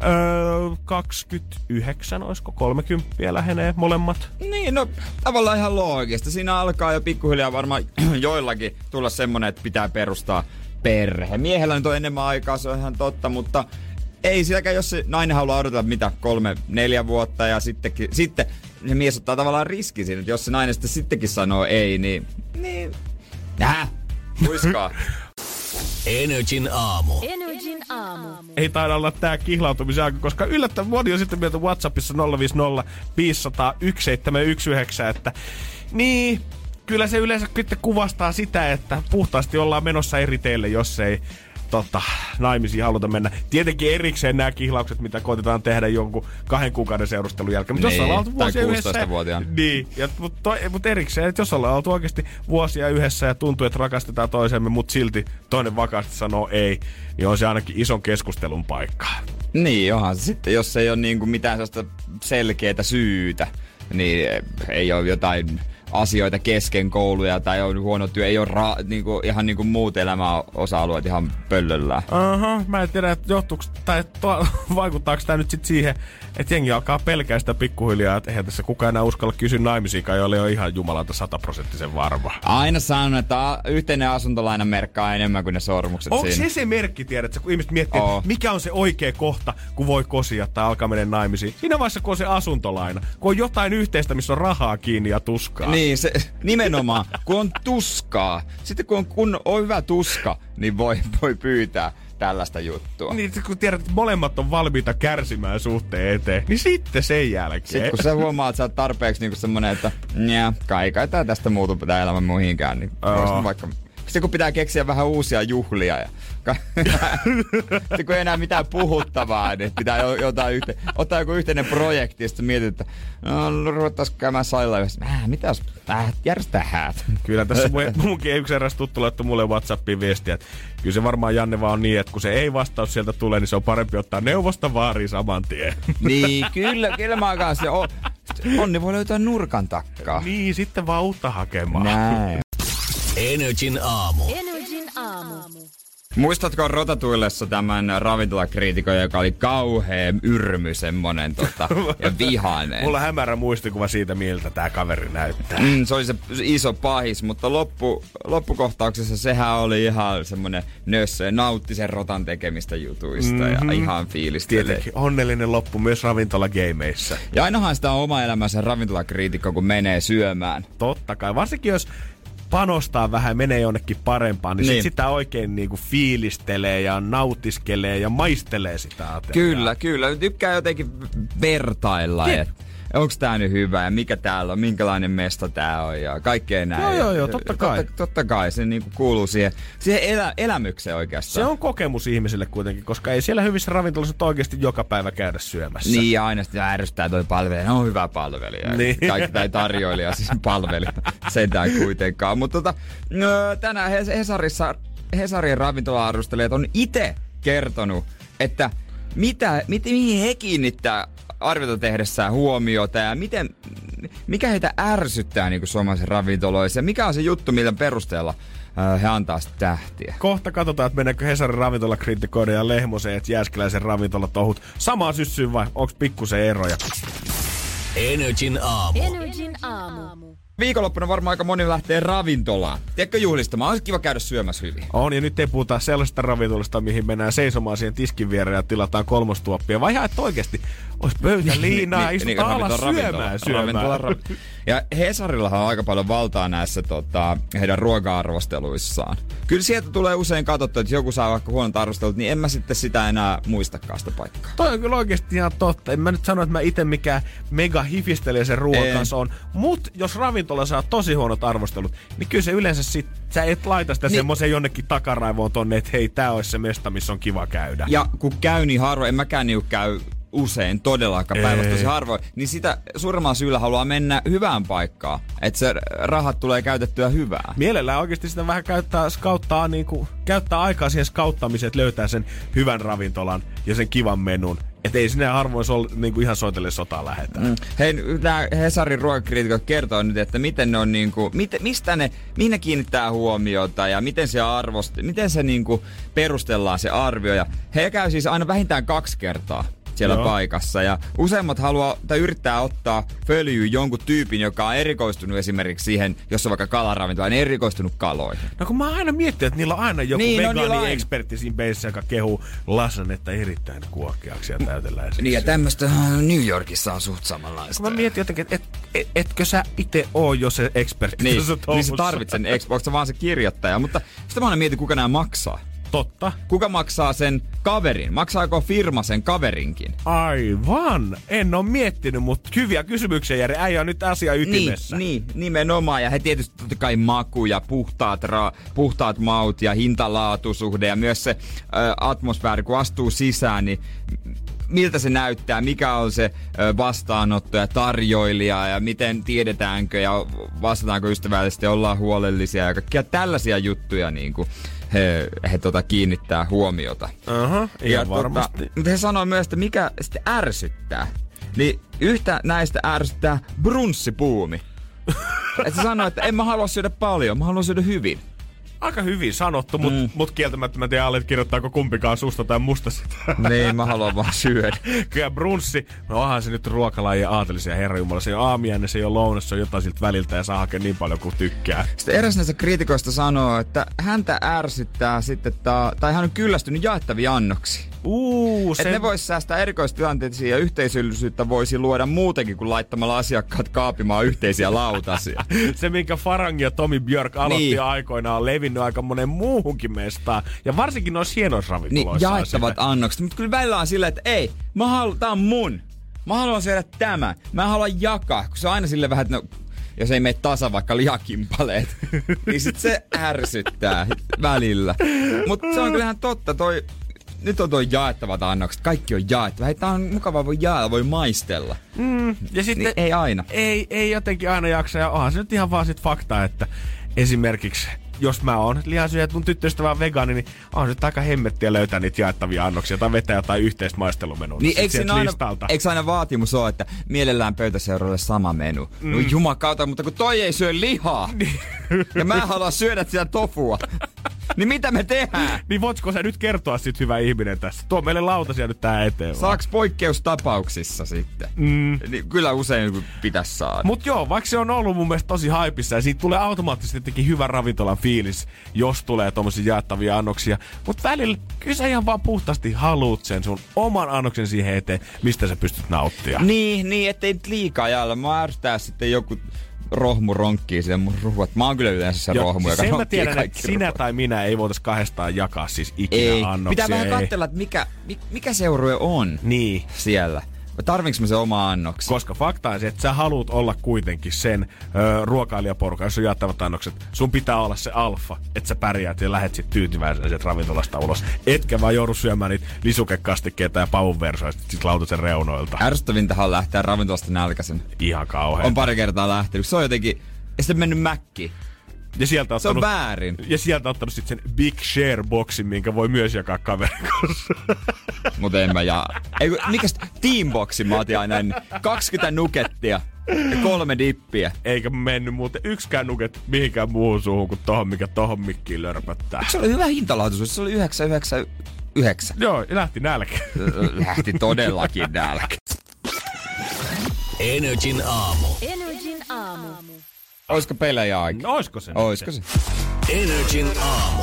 29, olisiko 30 lähenee molemmat? Niin, no tavallaan ihan loogista. Siinä alkaa jo pikkuhiljaa varmaan joillakin tulla semmonen, että pitää perustaa perhe. Miehellä nyt on enemmän aikaa, se on ihan totta, mutta ei silläkään, jos se nainen haluaa odotella mitä 3-4 vuotta ja sitten se mies ottaa tavallaan riski siinä, että jos se nainen sitten sittenkin sanoo ei, niin muiskaa. Energin aamu. Ei taida olla tää kihlautumisen aika, koska yllättävän moni on sitten mieltä WhatsAppissa 050 500 1719, että niin, kyllä se yleensä sitten kuvastaa sitä, että puhtaasti ollaan menossa eri teille, jos ei naimisiin haluta mennä. Tietenkin erikseen nämä kihlaukset, mitä koitetaan tehdä jonkun 2 kuukauden seurustelun jälkeen. Mutta niin, jos ollaan oltu vuosia yhdessä. 16-vuotiaana. Niin, mutta erikseen, että jos ollaan oltu oikeasti vuosia yhdessä ja tuntuu, että rakastetaan toisemme, mutta silti toinen vakaasti sanoo ei, niin on se ainakin ison keskustelun paikka. Niin, onhan se sitten, jos ei ole niinku mitään sellaista selkeää syytä, niin ei ole jotain asioita kesken kouluja tai on huono työ, ei ole ihan niinku muut elämän osa-alueet ihan pöllöllään. Mä en tiedä, että vaikuttaako tää nyt sit siihen, että jengi alkaa pelkää sitä pikkuhiljaa, että eihän tässä kukaan enää uskalla kysyä naimisiinkaan, joille on ihan jumalauta 100% varma. Aina sanon, että yhteinen asuntolaina merkkaa enemmän kuin ne sormukset onko siinä. Onko se merkki, tiedätkö, kun ihmiset miettii, mikä on se oikea kohta, kun voi kosia tai alkaa mennä naimisiin? Siinä vaiheessa, kun on se asuntolaina, kun on jotain yhteistä, missä on rahaa kiinni ja tuskaa. Niin, se, nimenomaan, kun on tuskaa. Sitten kun on hyvä tuska, niin voi pyytää tällaista juttua. Niin, kun tiedät, että molemmat on valmiita kärsimään suhteen eteen, niin sitten sen jälkeen. Sitten kun sä huomaat, että sä oot tarpeeksi niinku semmonen, että kai tää tästä muutu tää elämä muihinkään, niin vaikka... Sitten kun pitää keksiä vähän uusia juhlia ja sitten kun ei enää mitään puhuttavaa, niin pitää ottaa joku yhteinen projekti ja sitten mietit, että ruvettaisiin käymään sailla yhdessä. Mitä jos järjestää häät? Kyllä tässä munkin yksi eräs tuttu laittoi mulle WhatsAppiin viestiä, että kyllä se varmaan Janne vaan on niin, että kun se ei vastaus sieltä tulee, niin se on parempi ottaa neuvosta vaariin saman tien. Niin, kyllä mä aikaan se onni voi löytää nurkan takkaa. Niin, sitten vaan uutta hakemaan. Näin. Energin aamu. Muistatko Rotatuillessa tämän ravintolakriitikon, joka oli kauhea yrmy semmonen ja vihainen? Mulla on hämärä muistikuva siitä, miltä tää kaveri näyttää. Se oli se iso pahis, mutta loppukohtauksessa sehän oli ihan semmonen nössö ja nautti sen rotan tekemistä jutuista ja ihan fiilisteli. Tietenkin onnellinen loppu myös ravintolageimeissa. Ja ainahan sitä on oma elämänsä ravintolakriitikko, kun menee syömään. Totta kai, varsinkin jos panostaa vähän, menee jonnekin parempaan, niin. Sit sitä oikein niinku fiilistelee ja nautiskelee ja maistelee sitä ateriaa. Kyllä. Tykkää jotenkin vertailla, että onks tää nyt hyvä ja mikä täällä on, minkälainen mesta tää on ja kaikkea näin. Joo, totta kai. Totta kai, se niinku kuuluu siihen elämykseen oikeastaan. Se on kokemus ihmisille kuitenkin, koska ei siellä hyvissä ravintolissa oikeasti joka päivä käydä syömässä. Niin, ja aina sitä ärsyttää toi palvelija. Ne on hyvä palvelija. Niin. Kaikki tai tarjoilija, siis palvelija. Sentään kuitenkaan. Mutta tänään Hesarin ravintola-arvostelijat on itse kertonut, että mihin he kiinnittää arviota tehdessään huomiota ja mikä heitä ärsyttää niin kuin suomalaisen ravintoloissa ja mikä on se juttu, millä perusteella he antaa sitä tähtiä. Kohta katsotaan, että meneekö Hesarin ravintolakriitikoiden ja Lehmosen ja Jääskeläisen ravintolatohut samaan syssyyn vai onko pikkusen eroja? Energin aamu. Viikonloppuna varmaan aika moni lähtee ravintolaan. Tiedätkö juhlistamaan? Olisi kiva käydä syömässä hyvin. On, ja nyt ei puhuta sellaisesta ravintolasta, mihin mennään seisomaan siihen tiskin viereen ja tilataan 3 tuoppia. Vai ihan, että oikeesti olisi pöytäliinaa ja istutaan alas syömään. Ja Hesarillahan on aika paljon valtaa näissä heidän ruoka-arvosteluissaan. Kyllä sieltä tulee usein katsottu, että joku saa vaikka huonot arvostelut, niin en mä sitten sitä enää muistakaan sitä paikkaa. Toi on kyllä oikeesti ihan totta. En mä nyt sano, että mä ite mikään mega hifistelijä sen ruoan kanssa on. Mut jos ravintola saa tosi huonot arvostelut, niin kyllä se yleensä sit, sä et laita sitä semmoisen jonnekin takaraivoon tonne, että hei, tää olisi se mesta, missä on kiva käydä. Ja kun käy niin harvoin, en mäkään käy usein, todellakaan päivästä tosi harvoin, niin sitä suuremmalla syyllä haluaa mennä hyvään paikkaan, että se rahat tulee käytettyä hyvää. Mielellään oikeasti sitä vähän käyttää aikaa siihen skauttamiseen, että löytää sen hyvän ravintolan ja sen kivan menun. Että ei sinne harvoin ihan soitelle sotaan lähetään. Hei, nämä Hesarin ruokakriitikot kertoo nyt, että miten ne on mihin ne kiinnittää huomiota ja miten se miten se perustellaan se arvio. Ja he käy siis aina vähintään 2 kertaa siellä paikassa. Ja useimmat yrittää ottaa följyyn jonkun tyypin, joka on erikoistunut esimerkiksi siihen, jos on vaikka kalaravintola, niin erikoistunut kaloihin. No kun mä aina miettinyt, että niillä on aina joku vegaani-ekspertti siinä beissä, joka kehuu lasannetta erittäin kuokkeaksi ja täyteläiseksi. Niin ja tämmöstä New Yorkissa on suht samanlaista. Kun mä mietin jotenkin, että etkö sä ite oo jo se ekspertti? Niin sä tarvitset sen ekspertti, onko sä vaan se kirjoittaja. Mutta sitten mä aina mietin, kuka nämä maksaa. Totta. Kuka maksaa sen kaverin? Maksaako firma sen kaverinkin? Aivan. En ole miettinyt, mutta hyviä kysymyksiä, Jari. Äijä on nyt asia ytimessä. Niin, nimenomaan. Ja he tietysti totta kai maku ja puhtaat maut ja hinta-laatusuhde ja myös se atmosfääri, kun astuu sisään, niin miltä se näyttää, mikä on se vastaanotto ja tarjoilija ja miten tiedetäänkö ja vastataanko ystävällisesti, ollaan huolellisia ja kaikkia tällaisia juttuja niinku. He kiinnittää huomiota. Ja varmasti. Mutta he sanoo myös, että mikä sitten ärsyttää. Niin yhtä näistä ärsyttää brunssipuumi. Että se sanoo, että en mä halua syödä paljon, mä haluan syödä hyvin. Aika hyvin sanottu, mut kieltämättä mä tiedän, kirjoittaako kumpikaan susta tai musta sitä. Niin, mä haluan vaan syödä. Kyllä brunssi, no onhan se nyt ruokalajien aatelisia, herranjumala. Se ei ole aamiainen, se ei ole lounas, se on jotain siltä väliltä ja saa hakea niin paljon kuin tykkää. Sitten eräs näistä kriitikoista sanoo, että häntä ärsyttää sitten, tai hän on kyllästynyt jaettaviin annoksiin. Että ne vois säästää erikoistilanteisiin ja yhteisöllisyyttä voisi luoda muutenkin kuin laittamalla asiakkaat kaapimaan yhteisiä lautasia. Se, minkä Farang ja Tomi Björk aloitti aikoinaan, on levinnyt aika monen muuhunkin mestaan. Ja varsinkin noissa hienoissa ravintoloissa. Niin, jaettavat annokset. Mutta kyllä välillä on silleen, että ei, tää on mun. Mä haluan syödä tämän. Mä haluan jakaa, kun se on aina silleen vähän, että jos ei mene tasa vaikka lihakimpaleet, niin sit se ärsyttää välillä. Mutta se on kyllähän totta, nyt on jaettavat annokset. Kaikki on jaettava. Hei, tää on mukavaa, voi jaella, voi maistella. Ja sitten niin, ei aina. Ei jotenkin aina jaksa. Ja onhan se nyt ihan vaan sit fakta, että esimerkiksi jos mä oon lihansyöjä, että mun tyttöystävä on vegaani, niin on se aika hemmettiä löytää niitä jaettavia annoksia tai vetää jotain yhteistä maistelumenua. Niin eikö aina vaatimus ole, että mielellään pöytäseuralle sama menu? No jumakauta, mutta kun toi ei syö lihaa ja mä haluan syödä sitä tofua. Niin mitä me tehdään? Niin voitko sä nyt kertoa sit, hyvä ihminen tässä? Tuo meille lautasia nyt tähän eteen. Saaks poikkeustapauksissa sitten? Niin kyllä usein pitäisi saada. Mut joo, vaikka se on ollut mun mielestä tosi haipissa ja siitä tulee automaattisesti jotenkin hyvä ravintolan fiilis, jos tulee tommosia jaettavia annoksia. Mut välillä kyllä sä ihan vaan puhtaasti haluut sen sun oman annoksen siihen eteen, mistä sä pystyt nauttimaan. Niin, ettei nyt liikaa jaella. Mä ärsytää sitten joku rohmu ronkkii siellä mun ruhuat. Mä oon kyllä yleensä se rohmu, joka sen mä tiedän, että sinä tai minä ei voitais kahdestaan jakaa siis ikinä annoksia. Pitää vähän katsella, että mikä seurue on siellä. Tarviinko mä se oma annoksi? Koska fakta on se, että sä haluut olla kuitenkin sen ruokailijaporukan, jos on jaettavat annokset. Sun pitää olla se alfa, että sä pärjäät ja lähet sit tyytyväisenä sieltä ravintolasta ulos. Etkä vaan joudu syömään niitä lisukekastikkeita ja pavun versoja sit lautasen reunoilta. Ärsyttävintähän on lähteä ravintolasta nälkäisen. Ihan kauhean. On pari kertaa lähtenyt. Se on jotenkin, ja sitten mennyt mäkkiin. Ja sieltä se on väärin. Ja sieltä ottanut sitten sen Big Share-boksin, minkä voi myös jakaa kaverin kanssa. Mutta en mä mikäs Teamboxin mä otin aina 20 nukettia ja 3 dippiä. Eikä mennyt muuten yksikään nuket mihinkään muuhun suuhun kuin tohon, mikä tohon mikkiin lörpöttää. Se oli hyvä hintalaatuisuus, se oli 9,99. Joo, lähti nälkä. Lähti todellakin nälkä. Energin aamu. Oisko pelejä aika? No, oisko se? Oisko se? Energin aamu.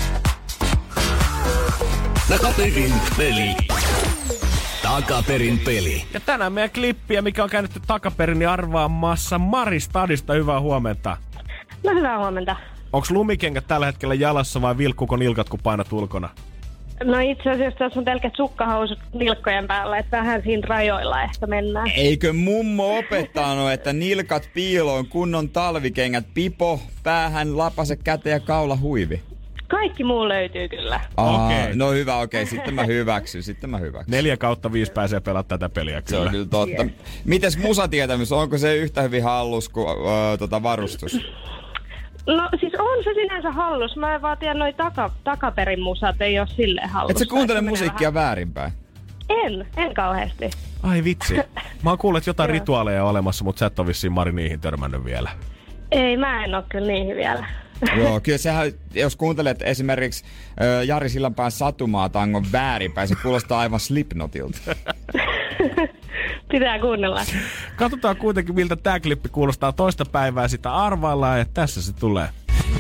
Takaperin peli. Ja tänään meidän klippiä, mikä on käännetty takaperin, niin arvaamassa Mari Stadista. Hyvää huomenta. No hyvää huomenta. Onks lumikengät tällä hetkellä jalassa vai vilkkuuko nilkat, kun painat ulkona? No itse asiassa tässä on pelkät sukkahousut nilkkojen päällä, että vähän siinä rajoilla ehkä mennään. Eikö mummo opettanut, että nilkat piiloon, kunnon talvikengät, pipo, päähän, lapase, käteen ja kaula huivi? Kaikki muu löytyy kyllä. Okay. No hyvä, okei. Sitten mä hyväksyn. 4/5 pääsee pelaamaan tätä peliä kyllä. Se on kyllä totta. Yeah. Mites musatietämys? Onko se yhtä hyvin hallus kuin varustus? No siis on se sinänsä hallus. Mä en vaan tiedä, noi takaperin musat ei oo silleen hallus. Et sä kuuntele musiikkia väärinpäin? En kauheasti. Ai vitsi. Mä oon kuullut jotain rituaaleja olemassa, mutta sä et oo vissiin Mari niihin törmännyt vielä. Ei, mä en oo kyllä niihin vielä. Joo, kyllä sehän, jos kuuntelet esimerkiksi Jari Sillanpään Satumaa-tangon väärinpäin, se kuulostaa aivan Slipknotilta. Pitää kuunnella. Katsotaan kuitenkin, miltä tää klippi kuulostaa toista päivää, sitä arvaillaan, ja tässä se tulee.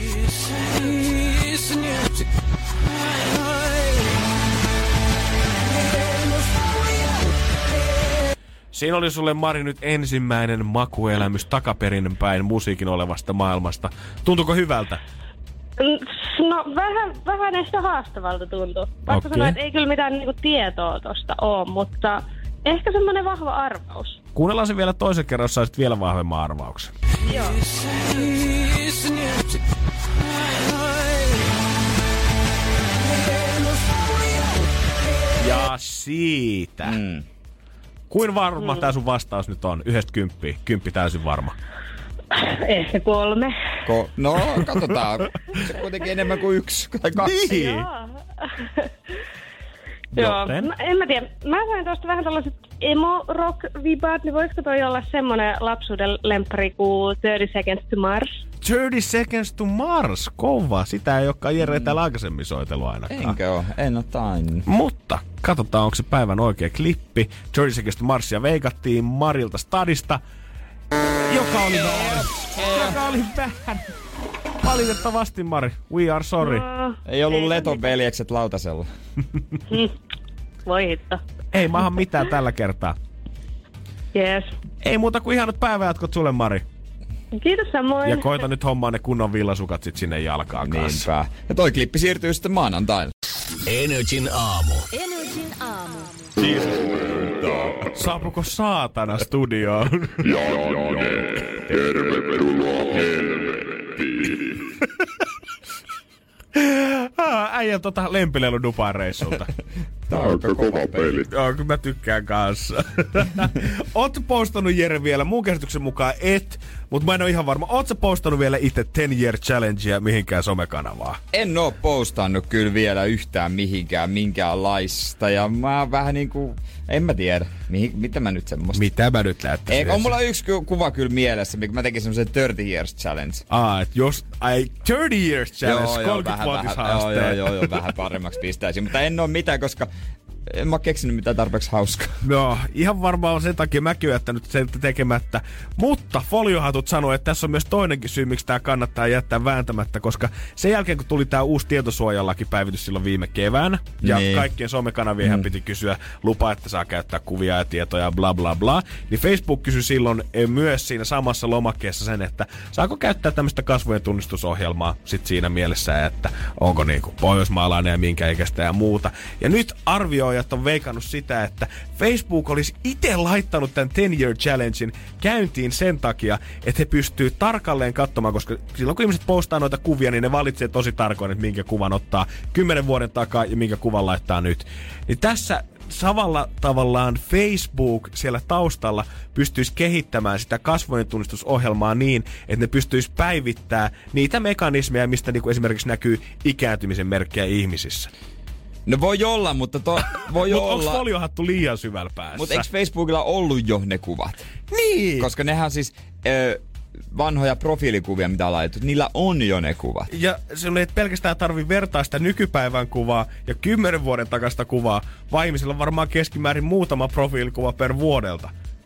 Siinä oli sulle, Mari, nyt ensimmäinen makuelämys takaperin päin musiikin olevasta maailmasta. Tuntuuko hyvältä? No vähän ehkä haastavalta tuntuu. Vaikka sanoa, että ei kyllä mitään niinku tietoa tosta ole, mutta ehkä semmonen vahva arvaus. Kuunnellaan se vielä toisen kerran, jos saisit vielä vahvemman arvauksen. Joo. Ja siitä. Kuin varma tää sun vastaus nyt on? 1-10. 10 täysin varma. Ehkä 3. No, katsotaan. Se on kuitenkin enemmän kuin 1 tai 2. Niin. Joo. En mä tiedä. Mä sain tosta vähän tällaiset emo-rock-vibaat, niin voisiko toi olla semmonen lapsuuden lemppari kuin 30 Seconds to Mars? 30 Seconds to Mars, kova. Sitä ei olekaan Jere täällä aikaisemmin soitellut ainakaan. Enkö oo? En oo tainnut. Mutta katsotaan, onko se päivän oikea klippi. 30 Seconds to Marsia veikattiin Marilta Stadista, joka oli vähän. Valitettavasti, Mari. We are sorry. Ei ollut Leton veljekset lautasella. Voi hitto. Ei maahan mitään tällä kertaa. Yes. Ei muuta kuin ihanat päivänjatkot sulle, Mari. Kiitos samoin. Ja koita nyt hommaa ne kunnon villasukat sit sinne jalkaan kanssa. Niinpä. Ja toi klippi siirtyy sitten maanantaille. Energin aamu. Saapuko saatana studioon? Äijän lempilelu Dubain reissulta. Tää on kova peli. Joo, kyllä mä tykkään kanssa. Oot postannut, Jere, vielä? Mun käsityksen mukaan et, mutta mä en oo ihan varma. Oot sä postannut vielä itse 10 Year Challengea mihinkään somekanavaa? En oo postannut kyllä vielä yhtään mihinkään minkäänlaista. Ja mä oon vähän niinku, en mä tiedä, mitä mä nyt semmoista. Mitä mä nyt lähtäisin? On mulla yksi kuva kyllä mielessä, mikä mä tekin semmosen 30 Years Challenge. Et jos, 30 Years Challenge, 30-vuotishaasteet. Joo, vähän paremmaksi pistäisin. Mutta en oo mitään, koska en mä oo keksinyt mitään tarpeeksi hauskaa. No, ihan varmaan on sen takia mäkin oon jättänyt sen tekemättä. Mutta foliohatut sanoo, että tässä on myös toinenkin syy, miksi tää kannattaa jättää vääntämättä, koska sen jälkeen, kun tuli tää uusi tietosuojalakipäivitys silloin viime keväänä, ja kaikkien somekanavien piti kysyä lupa, että saa käyttää kuvia ja tietoja, bla bla bla, niin Facebook kysyi silloin myös siinä samassa lomakkeessa sen, että saako käyttää tämmöistä kasvojen tunnistusohjelmaa sit siinä mielessä, että onko niinku pohjoismaalainen ja minkä ikäistä ja muuta. Ja nyt arvioijat on veikannut sitä, että Facebook olisi itse laittanut tämän 10 Year Challengein käyntiin sen takia, että he pystyy tarkalleen katsomaan, koska silloin kun ihmiset postaa noita kuvia, niin ne valitsee tosi tarkoin, että minkä kuvan ottaa 10 vuoden takaa ja minkä kuvan laittaa nyt. Niin tässä samalla tavallaan Facebook siellä taustalla pystyisi kehittämään sitä kasvojen tunnistusohjelmaa niin, että ne pystyisi päivittämään niitä mekanismeja, mistä niinku esimerkiksi näkyy ikääntymisen merkkejä ihmisissä. No voi olla, mutta voi olla. Onko foliohattu liian syvällä päässä? Mutta eikö Facebookilla ollut jo ne kuvat? Niin! Koska nehän siis vanhoja profiilikuvia, mitä on laitettu. Niillä on jo ne kuvat. Ja se ei pelkästään tarvitse vertaa sitä nykypäivän kuvaa ja 10 vuoden takasta kuvaa, vaan ihmisillä on varmaan keskimäärin muutama profiilikuva per vuodelta.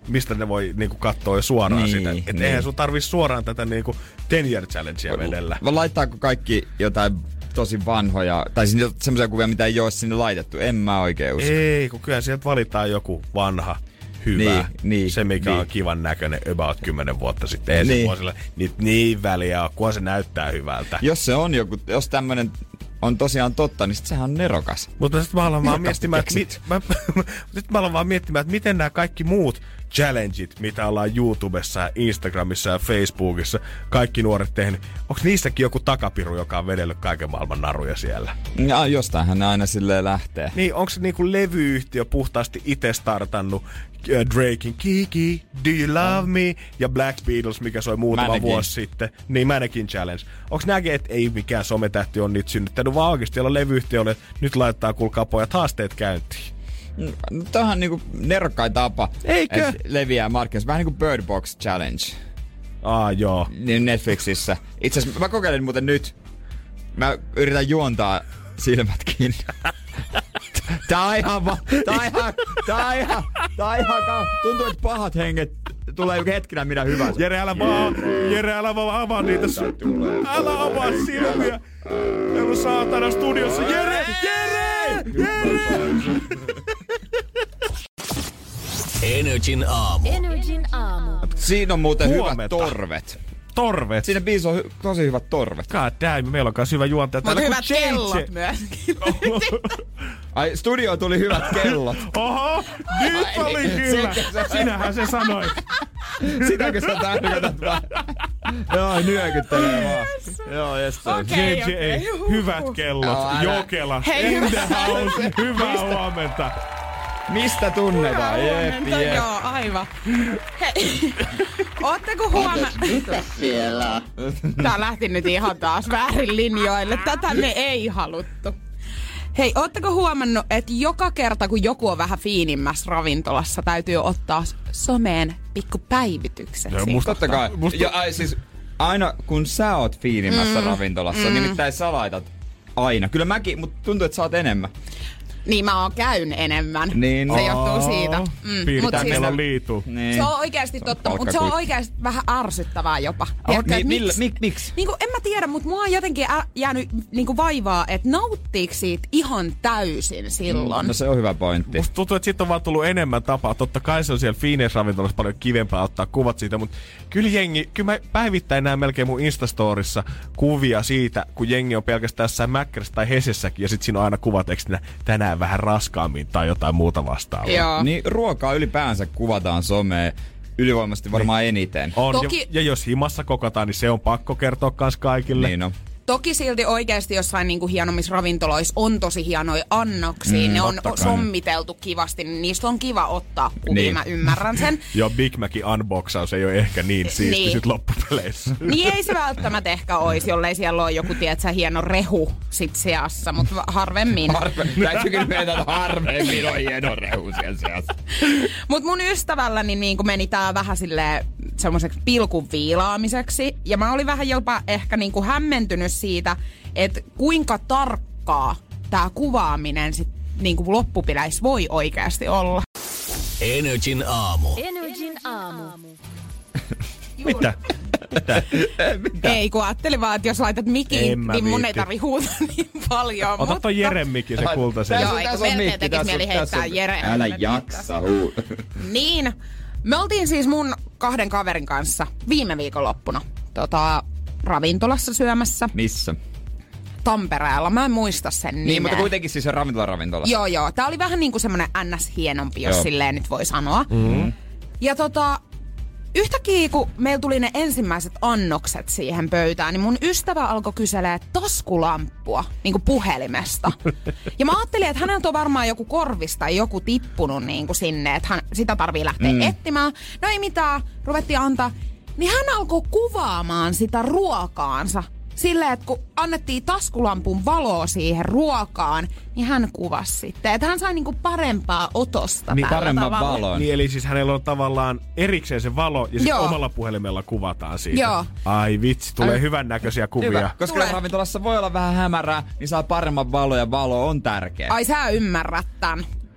mistä ne voi niinku katsoa jo suoraan sitä. Että eihän sun tarvii suoraan tätä niinku 10 year challengea vedellä. Vai laittaako kaikki jotain tosi vanhoja, tai siis semmoisia kuvia, mitä ei ole sinne laitettu? En mä oikein usko. Ei, kun kyllä sieltä valitaan joku vanha, hyvä. Se, mikä on kivan näköinen about 10 vuotta sitten. Ei se vuosilla niin väliä, kunhan se näyttää hyvältä. Jos tämmönen on tosiaan totta, niin sit sehän on nerokas. Mutta sitten mä aloin vaan miettimään, että miten nämä kaikki muut challengeit, mitä ollaan YouTubessa ja Instagramissa ja Facebookissa, kaikki nuoret tehnyt, onko niissäkin joku takapiru, joka on vedellyt kaiken maailman naruja siellä? Ja jostainhan ne aina silleen lähtee. Niin, onko se niinku levyyhtiö puhtaasti itse startannut Drakein Kiki, Do You Love Me ja Black Beatles, mikä soi muutama vuosi sitten. Niin, Mannequin Challenge. Onko näkin, että ei mikään sometähti on niitä synnyttänyt, vaan oikeasti jolla levyyhtiölle nyt laittaa kuulkaa pojat haasteet käyntiin. Tämähän on niinku nerokkain tapa. Eikö? Et leviää markkinoissa. Vähän niinku Bird Box Challenge. Joo. Niin Netflixissä. Itse asiassa mä kokeilen muuten nyt. Mä yritän juontaa silmät kiinni. Tää on ihan tuntuu, että pahat henget tulee hetkinä minä hyvänsä. Jere, älä vaan avaa niitä. Älä avaa silmiä. Täällä saatana studiossa. Jere! Energin aamu. Siinä on muuten hyvät torvet. Siinä biisi on tosi hyvät torvet. God damn, meillä on kanssa hyvä juontaja. Mutta hyvät kellot myöskin. Ai, studioon tuli hyvät kellot. Oho, nyt oli kyllä. Sinähän se sanoi. Sitäkö sä tarkoitat vaan? Joo, nyökyttelee vaan. Joo, JJ, hyvät kellot. Jokela, in the house. Hyvää huomenta. Mistä tunnetaan? Jep. Joo, aivan. Hei, ootteko huomannut? Mitä siellä? Tää lähti nyt ihan taas väärin linjoille. Tätä me ei haluttu. Hei, ootteko huomannut, että joka kerta kun joku on vähän fiinimmässä ravintolassa, täytyy ottaa someen pikku päivitykset. Totta kai. Siis aina kun sä oot fiinimmässä ravintolassa, nimittäin sä laitat aina. Kyllä mäkin, mutta tuntuu, että sä oot enemmän. Niin mä käyn enemmän. Niin. Se johtuu siitä. Piirtää meillä on liitu. Niin. Se on oikeasti totta, mutta se on oikeasti vähän ärsyttävää jopa. Miksi? Niinku, en mä tiedä, mutta mua on jotenkin jäänyt niinku vaivaa, että nauttiiko siitä ihan täysin silloin. No se on hyvä pointti. Musta tuntuu, että siitä on vaan tullut enemmän tapaa. Totta kai se on siellä Fineis-ravintolassa paljon kivempää ottaa kuvat siitä, mutta kyllä mä päivittäin näen melkein mun Instastorissa kuvia siitä, kun jengi on pelkästään jossain Mäkkärässä tai Hesessäkin ja sit siinä on aina kuvatekstinä tänään vähän raskaammin tai jotain muuta vastaavaa. Joo. Niin ruokaa ylipäänsä kuvataan someen ylivoimaisesti varmaan eniten. On, ja jos himassa kokotaan, niin se on pakko kertoa kans kaikille. Niin on. Toki silti oikeasti jossain niinku hienommissa ravintoloissa on tosi hienoja annoksia. Ne on sommiteltu kivasti, niin niistä on kiva ottaa kuvia, niin. Mä ymmärrän sen. Joo, Big Macin unboxaus ei ole ehkä niin siisti sit loppupeleissä. Niin ei se välttämättä ehkä olisi, jollei siellä ole joku, tietsä, hieno rehu sit seassa, mutta harvemmin. Täytyykin meitä harvemmin on hieno rehu siellä seassa. Mut mun ystävälläni niinku meni tää vähän silleen semmoiseksi pilkun viilaamiseksi. Ja mä olin vähän jopa ehkä niinku hämmentynyt siitä, että kuinka tarkkaa tää kuvaaminen sit niinku loppupeleissä voi oikeasti olla. Energin aamu. Mitä? Ei, kun ajattelin vaan, että jos laitat mikin, niin mun ei tarvi huutaa niin paljon. Ota toi Jeren mikki, se kultaisen. Joo, eikö melkein tekis mieli heittää Jeren. Älä jaksa Niin. Me oltiin siis mun 2 kaverin kanssa viime viikonloppuna ravintolassa syömässä. Missä? Tampereella. Mä en muista sen nimeä. Niin, mutta kuitenkin siis se ravintola. Joo. Tää oli vähän niinku semmonen NS-hienompi, jos silleen nyt voi sanoa. Mm-hmm. Ja yhtäkkiä, kun meillä tuli ne ensimmäiset annokset siihen pöytään, niin mun ystävä alkoi kyselee taskulampua niin kuin puhelimesta. Ja mä ajattelin, että häneltä on varmaan joku korvista tai joku tippunut niin kuin sinne, että sitä tarvii lähteä etsimään. No ei mitään, ruvettiin antaa. Niin hän alkoi kuvaamaan sitä ruokaansa. Silleen, että kun annettiin taskulampun valoa siihen ruokaan, niin hän kuvasi sitten. Että hän sai niinku parempaa otosta niin, tällä paremman tavalla. valon. Niin, eli siis hänellä on tavallaan erikseen se valo ja sitten omalla puhelimella kuvataan siitä. Joo. Ai vitsi, tulee hyvän näköisiä kuvia. Hyvä, koska ravintolassa voi olla vähän hämärää, niin saa paremman valon ja valo on tärkeä. Ai sä ymmärrät tän.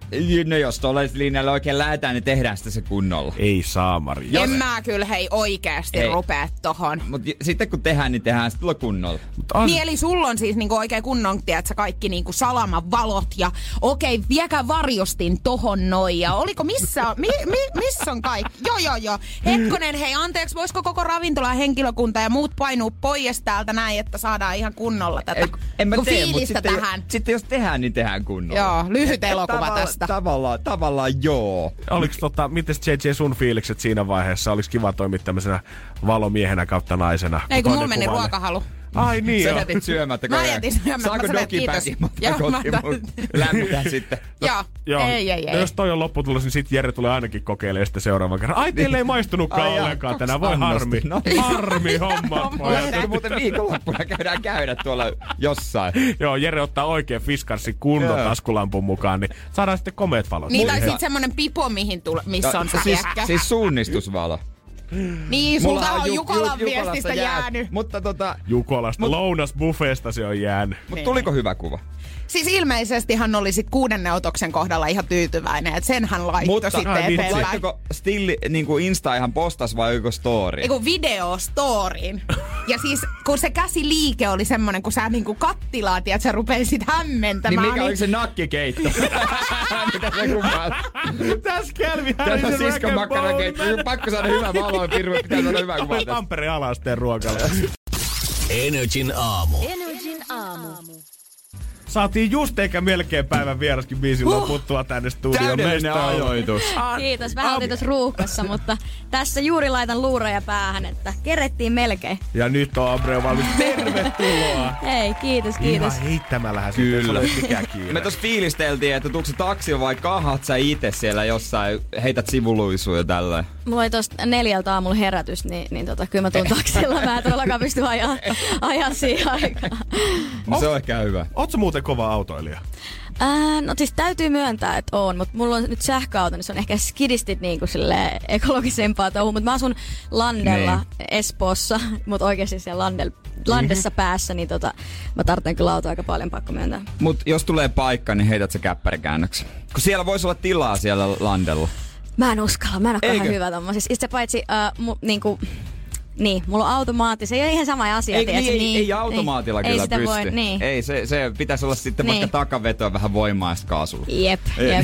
No jos tuolla linjalla oikein lähdetään, niin tehdään sitä se kunnolla. Ei saamari. En mä kyllä oikeesti rupea tohon. Mut sitten kun tehdään, niin tehdään sitä kunnolla. Niin eli sulla on siis niinku oikein kunnon, tiedätkö, kaikki niinku salaman valot ja okei, viekää varjostin tohon noin. Ja oliko missä on kaikki? Joo. Hetkonen, hei anteeksi, voisiko koko ravintolan henkilökunta ja muut painuu pois täältä näin, että saadaan ihan kunnolla tätä fiilistä tähän. Sitten jos tehdään, niin tehdään kunnolla. Joo, lyhyt elokuva tästä. Tavallaan joo. Oliks mites JJ sun fiilikset siinä vaiheessa? Oliks kiva toimia tämmöisenä valomiehenä kautta naisena? Ei kun mulla meni ruokahalu. Ai niin sä joo. jätit syömättä. Mä jätin syömättä. Saako dokipäkin kotiin lämmitään sitten? Joo. Ei. No jos toi on lopputulos, niin sit Jere tulee ainakin kokeilemaan sitten seuraavan kerran. Ai teille ei maistunutkaan ollenkaan tänään. Voi harmi. No. Harmi homma. Muuten viikonloppuna käydä tuolla jossain. Joo, Jere ottaa oikein Fiskarssin kunnon taskulampun mukaan, niin saadaan sitten komeet valot. Niin tai sit semmonen pipo, missä on se kiekkä. Siis suunnistusvalo. Niin, sulta on Jukolan viestistä jäänyt. Mutta Jukolasta, lounasbuffeesta se on jäänyt. Mutta tuliko hyvä kuva? Siis ilmeisesti hän oli sit 6. otoksen kohdalla ihan tyytyväinen, että sen hän laittoi sitten eteenpäin. Laittako Stilli niinku Insta ihan postas vai joku story? Eiku video storyin. Ja siis kun se käsiliike oli semmonen, kun sä niinku kattilaa, tiedät, sä rupesit hämmentämään. Niin mikä oli se nakkikeitto? Mitä se kuvaat? Tässä Kelvi Tässä on siskomakkarakeitto. Pakko saada hyvä valo, pitää saada hyvä kuva tästä. Tampereen alasteen ruokalla. Energin aamu. Saatiin just eikä melkein päivän vieraskin biisin loputtua tänne studioon. Täydellinen ajoitus. Kiitos. Vähän oltiin tuossa ruuhkassa, mutta tässä juuri laitan luuroja päähän, että kerettiin melkein. Ja nyt on Abreu valmis. Tervetuloa. Hei, kiitos. Ihan heittämällähän Kyllä. mikään kiire. Me tossa fiilisteltiin, että tuutko se taksilla vai kahat sä itse siellä jossain, heität sivuluisuja tällä. Mulla oli tosta 4 aamulla herätys, niin kyllä mä tuun taksilla. Mä en todellakaan pysty ajaa siihen aikaan. No se on ehkä hyvä. Ootko muuten kova autoilija? No siis täytyy myöntää, että on, mutta mulla on nyt sähköauto, niin se on ehkä skidisti niinku silleen ekologisempaa touhua, mutta mä asun Landella Espoossa, mutta oikeasti siellä Landessa päässä, niin mä tarvitsen kyllä autoa aika paljon, pakko myöntää. Mut jos tulee paikka, niin heität sä käppärikäännöksen. Kun siellä voisi olla tilaa siellä Landella. Mä en uskalla, mä en oo kauhean hyvä tommosissa. Itse paitsi niinku... Niin, mulla on automaatti. Se ei ole ihan sama asia. Ei automaatilla kyllä sitä pysty. Voi, niin. Ei, se pitäisi olla sitten vaikka takavetoa vähän voimaa kaasulla. Jep.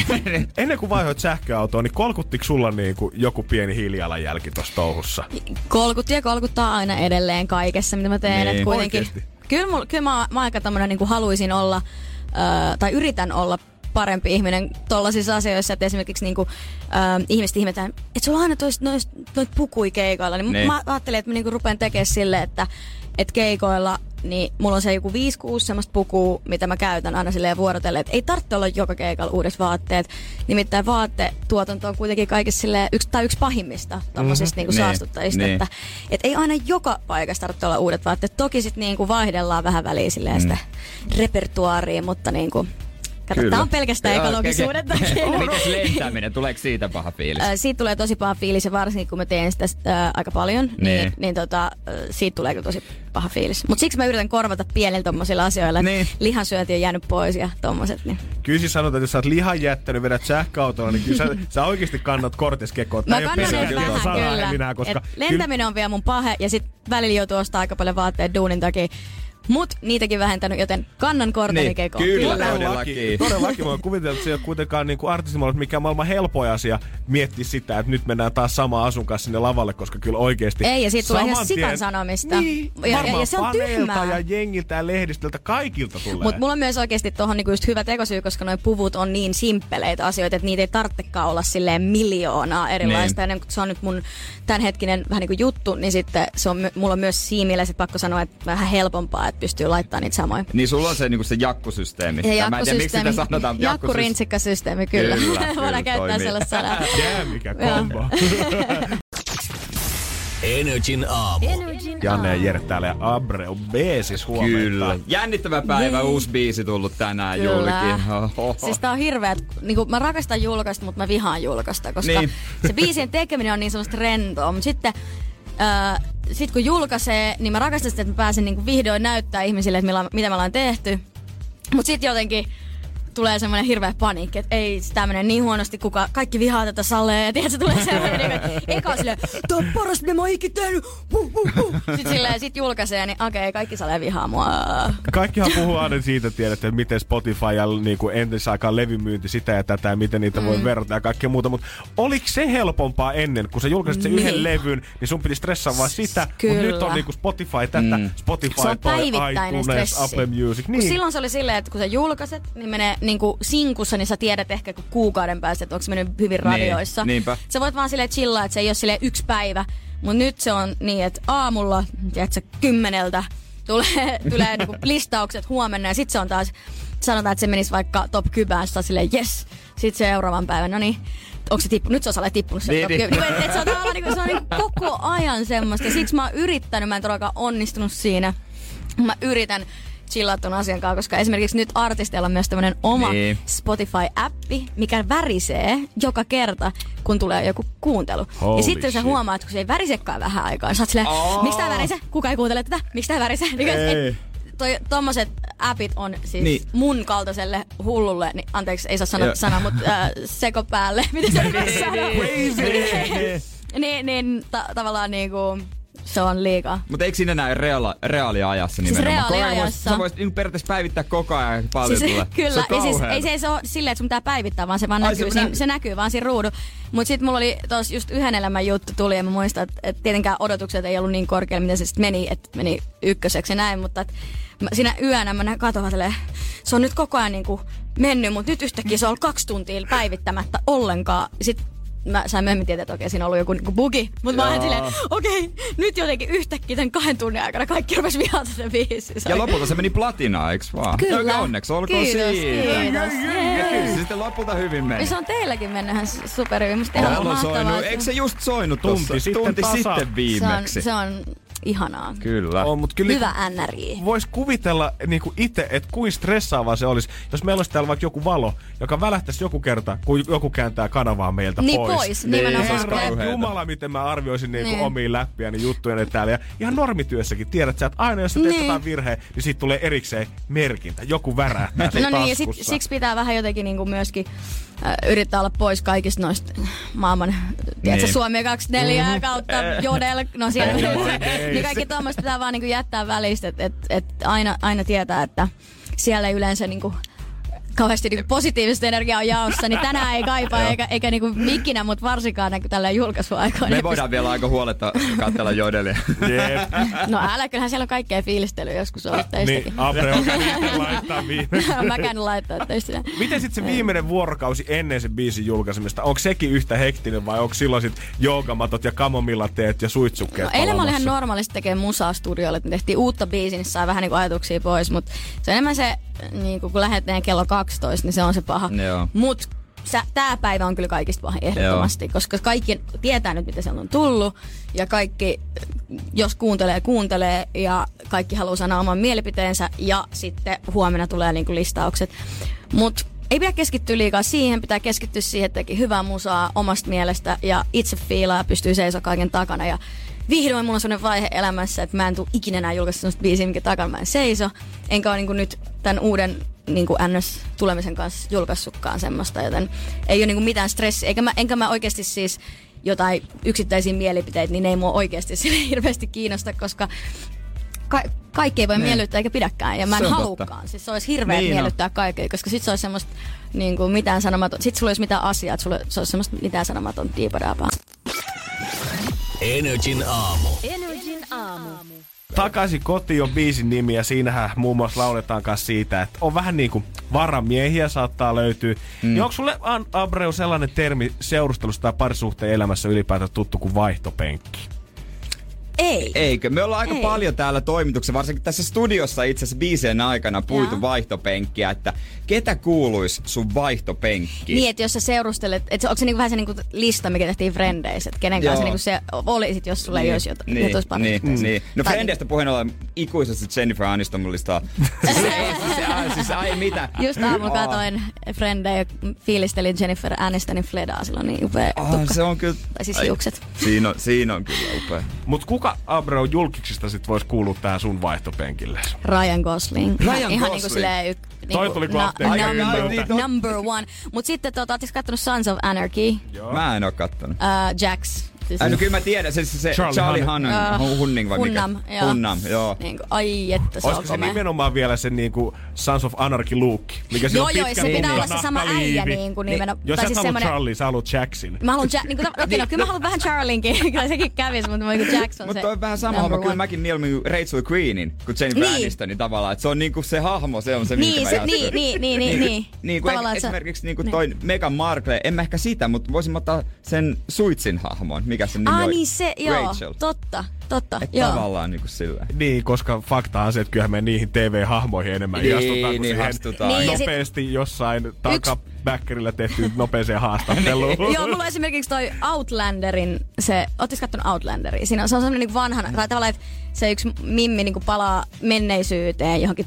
Ennen kuin vaihoit sähköautoon, niin kolkuttiko sulla niinku joku pieni hiilijalanjälki tossa touhussa? Kolkuttaa aina edelleen kaikessa, mitä mä teen. Niin. Et kuitenkin, kyllä mä aika tämmönen niinku haluaisin olla, tai yritän olla parempi ihminen tollasissa asioissa, että esimerkiksi niinku, ihmiset ihmetään, että sulla on aina noit pukui keikoilla, niin mä ajattelin, että mä niinku rupean tekemään silleen, että keikoilla niin mulla on se joku 5-6 semmoista pukua, mitä mä käytän aina silleen vuorotellen, että ei tarvitse olla joka keikalla uudet vaatteet. Nimittäin vaattetuotanto on kuitenkin kaikissa silleen yksi pahimmista tommosista niinku saastuttajista, että ei aina joka paikassa tarvitse olla uudet vaatteet. Toki sit niinku vaihdellaan vähän väliin silleen sitä repertuaariin, mutta niinku kato, tää on pelkästään ekologisuuden takia. Mites lentäminen? Tuleeko siitä paha fiilis? Siitä tulee tosi paha fiilis ja varsinkin kun mä teen sitä aika paljon, niin siitä tulee kyllä tosi paha fiilis. Mut siksi mä yritän korvata pienillä tommosilla asioilla, että lihansyönti on jäänyt pois ja tommoset. Niin. Kyllä siis sanotaan, että jos sä oot lihan jättänyt, vedät sähköautolla, niin kyllä sä oikeesti kannat kortiskekoon. Mä kannan vähän kyllä. Koska lentäminen on vielä mun pahe ja sit välillä joutuu ostaa aika paljon vaatteet duunin takia. Mut niitäkin vähentänyt, joten kannan korteni kekoon. Kyllä, todellakin. Todellakin mä oon kuvitellut, että se ei ole kuitenkaan niinku artistimaailmassa mikään maailman helpoin asia miettiä sitä, että nyt mennään taas sama asun kanssa sinne lavalle, koska kyllä oikeesti... Ei, ja siitä tulee ihan sikan sanomista. Niin, ja se on tyhmää. Ja jengiltä ja lehdistöltä, kaikilta tulee. Mut mulla on myös oikeesti tohon niinku just hyvä tekosyy, koska noi puvut on niin simppeleitä asioita, että niitä ei tarvitsekaan olla silleen miljoonaa erilaista. Ja se on nyt mun tämänhetkinen vähän niinku juttu, niin sitten se on, mulla on myös siinä mielessä pakko sanoa, että vähän helpompaa, että pystyy laittamaan niitä samoja. Niin sulla on se, niinku se jakkusysteemi. Ja mä en tiedä, miksi sitä sanotaan. Jakkurinsikkasysteemi, kyllä. Voidaan käyttää sellaista sanaa. Jää mikä kombo. Energin aamu. Janne ja Jere täällä ja Abreu Beesis huomenta. Kyllä. Jännittävä päivä, uusi biisi tullut tänään julkiin. Siis tää on hirveä, niinku mä rakastan julkaista, mutta mä vihaan julkaista, koska se biisien tekeminen on niin semmoista rentoa. Mutta sitten kun julkaisee, niin mä rakastan sitä, että mä pääsen niinku vihdoin näyttää ihmisille, että mitä me ollaan tehty. Mut sit jotenkin tulee semmoinen hirveä paniikki, että ei sitä menee niin huonosti, kaikki vihaa tätä Salea. Ja tiedätkö, tulee semmoinen, että eka silleen, tää on paras, mitä mä oon ikinä tehnyt. Sit julkaisee, niin okei, kaikki Salea vihaa mua. Kaikkihan puhuu aina siitä, tiedätte, miten Spotify ja niinku entisaikaan levymyynti sitä ja tätä ja miten niitä voi verrata ja kaikkea muuta. Mutta oliko se helpompaa ennen, kun sä julkaisit sen yhden levyn, niin sun piti stressaa vaan sitä. Mutta nyt on niinku Spotify tätä, Spotify, se on päivittäinen iTunes, Apple Music. Niin. Silloin se oli silleen, että kun sä julkaiset, niin menee niinku sinkussa, niin sä tiedät ehkä kuukauden päästä, että onko se mennyt hyvin radioissa. Niinpä. Sä voit vaan silleen chillaa, että se ei ole silleen 1 päivä. Mutta nyt se on niin, että aamulla, tiedätkö, 10 tulee niinku listaukset huomenna ja sit se on taas, sanotaan, että se menisi vaikka top 10, silleen yes. Sit seuraavan päivän, no niin, onko se tippunut? Nyt se on sellainen tippunut se top 10. Et se on tavallaan niinku, se on niinku koko ajan semmoista. Ja siksi mä oon yrittänyt, mä en todellakaan onnistunut siinä. Mä yritän chillaa ton asian kanssa, koska esimerkiksi nyt artisteilla on myös tämmönen oma Spotify-appi, mikä värisee joka kerta, kun tulee joku kuuntelu. Holy ja sitten sä huomaat, että kun se ei värisekään vähän aikaa, sä oot silleen, miksi tää värise? Kuka ei kuuntele tätä? Miksi tää värise? Tommoset appit on siis mun kaltaiselle hullulle, niin anteeksi, ei saa sanoa sanaa, mutta sekopäälle, miten se pitäisi sanoa? Niin tavallaan niinku se on liikaa. Mutta eikö siinä näin reaaliajassa nimenomaan? Siis reaaliajassa. Sä voisit periaatteessa päivittää koko ajan paljon siis, tulee. Kyllä, ja siis, ei se ole silleen, että sun pitää päivittää, vaan se vaan se näkyy vaan siinä ruudu. Mut sit mulla oli tos just Yhden elämän juttu tuli, ja mä muistan, että tietenkään odotukset ei ollut niin korkealla, miten se sit meni, että meni ykköseksi ja näin, mutta siinä yönä mä katsoin silleen, se on nyt koko ajan niinku mennyt, mutta nyt yhtäkkiä se on 2 tuntia päivittämättä ollenkaan. Sit mä sain myöhemmin tietää, että okei, siinä on ollut joku niinku bugi. Mutta mä olin silleen, okei, nyt jotenkin yhtäkkiä tämän 2 tunnin aikana kaikki rupesi vihaa tätä biisiä. Ja lopulta se meni platinaa, eiks vaan? Kyllä. Onneksi olkoon siitä. Kiitos. Kyllä se sitten lopulta hyvin meni. Ja se on teilläkin mennyt superhyvin. Musta ihan mahtavaa. Eikö se just soinut tunti sitten viimeksi? Se on ihanaa. Kyllä. Kyllä hyvä NRI. Vois kuvitella niinku itse, että kuin stressaavaa se olisi, jos meillä olisi täällä vaikka joku valo, joka välähtäisi joku kerta, kun joku kääntää kanavaa meiltä pois. Nimenomaan. Jumala, miten mä arvioisin niinku omiin läppiäni juttuja täällä. Ja ihan normityössäkin tiedät sä, että aina jos sä teet jotain virheen, niin siitä tulee erikseen merkintä. Joku värähtää sun taskussa. Ja siksi pitää vähän jotenkin niinku myöskin yrittää olla pois kaikista noista maailman, tiedätkö, Suomi 24 kautta Jodel, no siellä niin kaikki tuommoista pitää vaan niinku jättää välistä, että aina tietää, että siellä ei yleensä niinku kauheasti niinku positiivista energiaa on jaossa, niin tänään ei kaipaa eikä niinku ikinä, mutta varsinkaan näkyy tällä julkaisuaikoina. Me voidaan vielä aika huoletta katsella Jodelia. No älä, kyllähän siellä on kaikkea fiilistelyä joskus ollut teistäkin. Niin, Abre on laittaa viimeinen. Mä käyn laittaa teistä. Miten sitten se viimeinen vuorokausi ennen sen biisin julkaisemista, onko sekin yhtä hektinen vai onko silloin sit joogamatot ja kamomillateet ja suitsukkeet? No, eilen mä olin ihan normaalisti tekemään musaa studiolle, että me tehtiin uutta biisiä, niin sai vähän niinku ajatuksia pois, mutta se on enemmän se, niinku, kun lähdetään kello 12, niin se on se paha. Mut tää päivä on kyllä kaikista paha ehdottomasti, koska kaikki tietää nyt, mitä siellä on tullut. Ja kaikki, jos kuuntelee ja kaikki haluaa sanoa oman mielipiteensä. Ja sitten huomenna tulee niinku listaukset. Mut ei pidä keskittyä liikaa siihen, pitää keskittyä siihen, että teki hyvää musaa omasta mielestä. Ja itse fiilaa ja pystyy seisomaan kaiken takana. Ja vihdoin mulla on sellainen vaihe elämässä, että mä en tule ikinä enää julkaista sellaista biisiä, minkä takana mä en seiso. Enkä ole niinku nyt tämän uuden niinku NS-tulemisen kanssa julkaissutkaan semmoista, joten ei ole niinku mitään stressiä. Enkä mä oikeasti siis jotain yksittäisiä mielipiteitä, niin ne ei mua oikeasti hirveästi kiinnosta, koska kaikki ei voi miellyttää eikä pidäkään. Ja mä en halukkaan. Siis se olisi hirveä miellyttää kaikkea, koska sit se olisi semmoista niinku mitään sanomaton. Sit sulla ei olisi mitään asiaa, että se olisi semmoista mitään sanomaton diipadaapaa. Energin aamu. Takaisin kotiin on biisin nimi ja siinähän muun muassa lauletaan kanssa siitä, että on vähän niinku varamiehiä saattaa löytyä. Niin onko sulle, Abreu, sellainen termi seurustelusta tai parisuhteen elämässä ylipäätään tuttu kuin vaihtopenkki? Ei. Eikö? Me ollaan aika paljon täällä toimituksessa, varsinkin tässä studiossa itse asiassa biisien aikana puitu vaihtopenkkiä, että ketä kuuluisi sun vaihtopenkkiin? Niin, että jos sä seurustelet, että onko se niinku vähän se niinku lista, mikä tehtiin Frendeissä, että kenen kanssa niinku se olisit, jos sulle ei olisi jotain. Niin. No Frendeistä puheen ollen ikuisesti Jennifer Aniston mun listaa. Siis ei mitään. Just aamulla katoin Frendejä ja fiilistelin Jennifer Anistonin fledaa. Sillä on niin upea tukka. Se on kyllä... Tai siis hiukset. Siinä on kyllä upea. Mut kuka Abreu julkiksista sit vois kuulua tähän sun vaihtopenkille? Ryan Gosling. Ihan niinku silleen toi tuli number one. Mut sitten ootteko kattonut Sons of Anarchy? Joo. Mä en oo kattonut. Jax. No kyllä mä tiedän, se Charlie Hunnam vai mikä? Hunnam, joo. Niinku, ai että se on komea. Se nimenomaan vielä se niinku Sons of Anarchy look, mikä se on pitkä. Joo, se pitää olla se sama äijä niinku nimenomaan. Jos sä haluat Charlie, sä haluat Jacksin. Mä haluan niinku, kyllä mä haluan vähän Charlinkin, kyllä sekin kävis, mutta mä Jackson se. Mutta on vähän sama homma, kyllä mäkin mieluummin Rachel Greenin kuin Jennifer Anistonin tavallaan, että se on niinku se hahmo, se on se minkä mä Niin. Niinku esimerkiksi niinku toi Meghan Markle, en mä ehkä sitä, mutta voisin ottaa sen Suitsin hahmon, mikä sen nimi oli? Niin se, joo, Rachel. Totta, joo. Tavallaan niinku sillä. Niin, koska fakta on se, että kyllähän me niihin TV-hahmoihin enemmän istutaan kuin siihen nopeasti jossain takapäkkärillä tehtyyn nopeeseen haastatteluun. Joo, mulla on esimerkiksi toi Outlanderin, ootteko kattonut Outlanderia? Siinä se on semmonen niinku vanhana, tai tavallaan, että se yksi mimmi niinku palaa menneisyyteen johonkin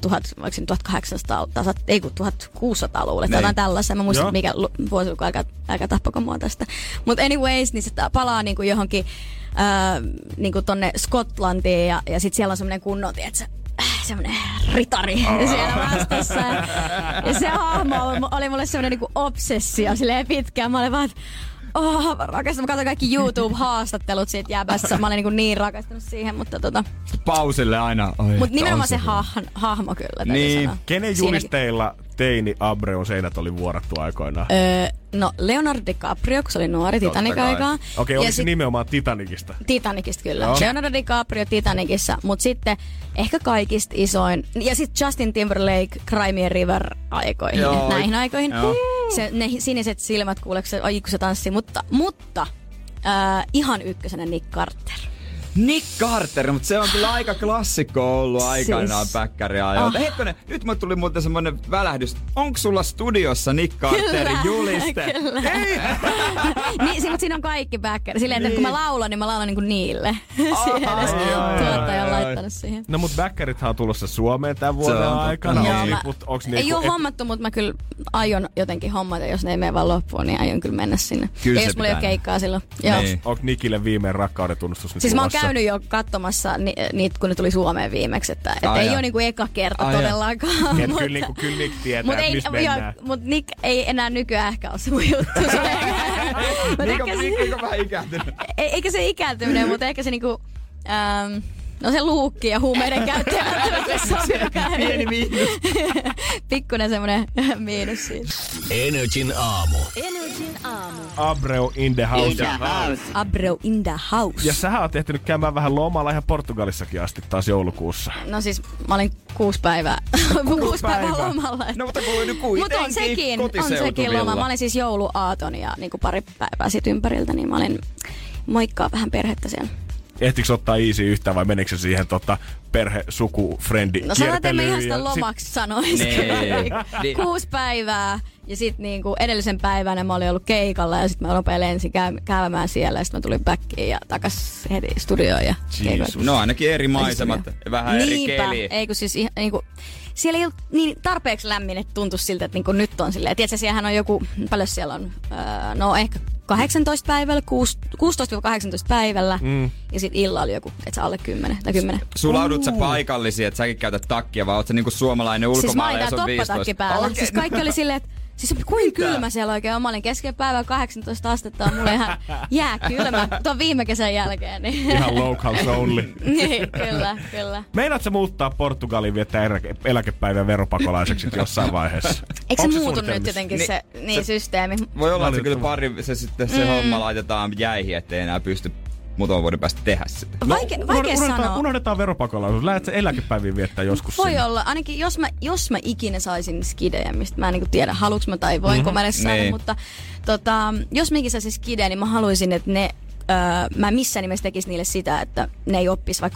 1600-luvulle tai jotain tällaista. Mä muistan, mikä vuosiluku, älkää tappako mua tästä. Mut anyways, niin se palaa niinku johonkin niinku tonne Skotlantiin ja sit siellä on semmonen kunnon, tietsä, semmonen ritari siellä vastassa. Ja se hahmo oli mulle semmonen niinku obsessio silleen pitkään. Mä olin vaan, rakastunut. Mä katsoin kaikki YouTube-haastattelut siitä jäbässä. Mä olin niin rakastunut siihen, mutta pausille aina. Mut nimenomaan se hahmo kyllä. Niin. Kenen julisteilla teini Abreun seinät oli vuorattu aikoinaan? No Leonardo DiCaprio, kun se oli nuori Titanic-aikaan. Okei, oliko se nimenomaan Titanicista? Titanicista kyllä. Joo. Leonardo DiCaprio Titanicissa, mutta sitten ehkä kaikista isoin. Ja sitten Justin Timberlake Crimea River aikoihin. Näihin aikoihin. Ne siniset silmät kuuleeko se, kun se tanssi. Mutta ihan ykkösenä Nick Carter. Nick Carter, mutta se on kyllä aika klassikko ollut aikanaan päkkäriajoilta. Hetkonen, nyt mulle tuli muuten semmonen välähdys. Onko sulla studiossa Nick Carterin juliste? Kyllä. Ei! Mutta siinä on kaikki päkkäri. Silleen, että kun mä laulan, niin mä laulan niinku niille. Tuottaja on laittanut siihen. No mut päkkärithän on tulossa Suomeen tämän vuoden aikana. Ei oo hommattu, mutta mä kyllä aion jotenkin hommata. Jos ne ei mene vaan loppuun, niin aion kyllä mennä sinne. Kyllä ja jos mulla ei ole keikkaa silloin. Niin. Onko Nikille viimein rakkauden tunnustus nyt siis tulossa? Käynyt jo katsomassa niitä, kun ne tuli Suomeen viimeksi, että ei ole niinku eka kerta todellakaan. Kyllä Nick tietää, että missä mennään. Mutta Nick ei enää nykyään ehkä ole se mun juttu. Nick on vähän ikääntynyt. Eikä se ikääntyminen, mutta ehkä se niinku... No se luukki ja huumeiden käyttämättömyydessä on pieni miinus. Pikkunen semmonen miinus siinä. Energin aamu. Abreu in the house. Abreu in the house. Ja sähän oot ehtinyt käymään vähän lomalla ihan Portugalissakin asti taas joulukuussa. No siis mä olin 6 päivää. 6 päivää lomalla. No mutta kuitenkin Mut on sekin loma. Mä olin siis jouluaaton ja niinku pari päivää sit ympäriltä, niin mä olin moikkaa vähän perhettä siellä. Ehtikö ottaa easy yhtään vai menikö se siihen perhe, suku, frendi kiertelyyn? No sanotaan, että ihan sitä lomaksi sanoisi. 6 päivää ja sitten niinku edellisen päivänä mä olin ollut keikalla ja sitten mä nopein lensin käymään siellä ja sitten mä tulin backiin ja takas heti studioon ja keikoin. No ainakin eri maisemat, vähän eri keli. Ei kun siis niinku, siellä ei ollut niin tarpeeksi lämmin, että tuntuisi siltä, että niinku nyt on silleen. Tiedätkö, siellähän on joku, paljon siellä on, no ehkä 18 päivällä, 16-18 päivällä. Ja sit illalla oli joku, et sä alle 10 tai 10. Sulaudut sä paikallisia, että säkin käytät takkia, vai oot sä niinku suomalainen ulkomaalainen, jos on 15? Siis mä olin tää toppatakki päällä. Siis kaikki oli silleen, että siis kuinka kylmä siellä oikein on. Mä olin kesken päivää 18 astetta, on mulle ihan jääkylmä tuon viime kesän jälkeen. Niin. Ihan locals only. Niin, kyllä. Meinaat sä muuttaa Portugaliin viettää eläkepäivän veropakolaiseksi jossain vaiheessa? Eikö se muutu nyt jotenkin se systeemi? Voi olla, että se kyllä se homma laitetaan jäihin, ettei enää pysty muutaman vuoden päästä tehdä sitä. Vaikea sanoa. Unohdetaan veropakolaisuus. Lähdet sä eläkepäiviin viettää joskus voi sinne? olla. Ainakin jos mä ikinä saisin skidejä, mistä mä en niinku tiedä, haluuks mä tai voinko mä edes saada. Mutta jos mä ikinä saisin skidejä, niin mä haluaisin, että ne... mä missään nimessä tekis niille sitä, että ne ei oppis vaikka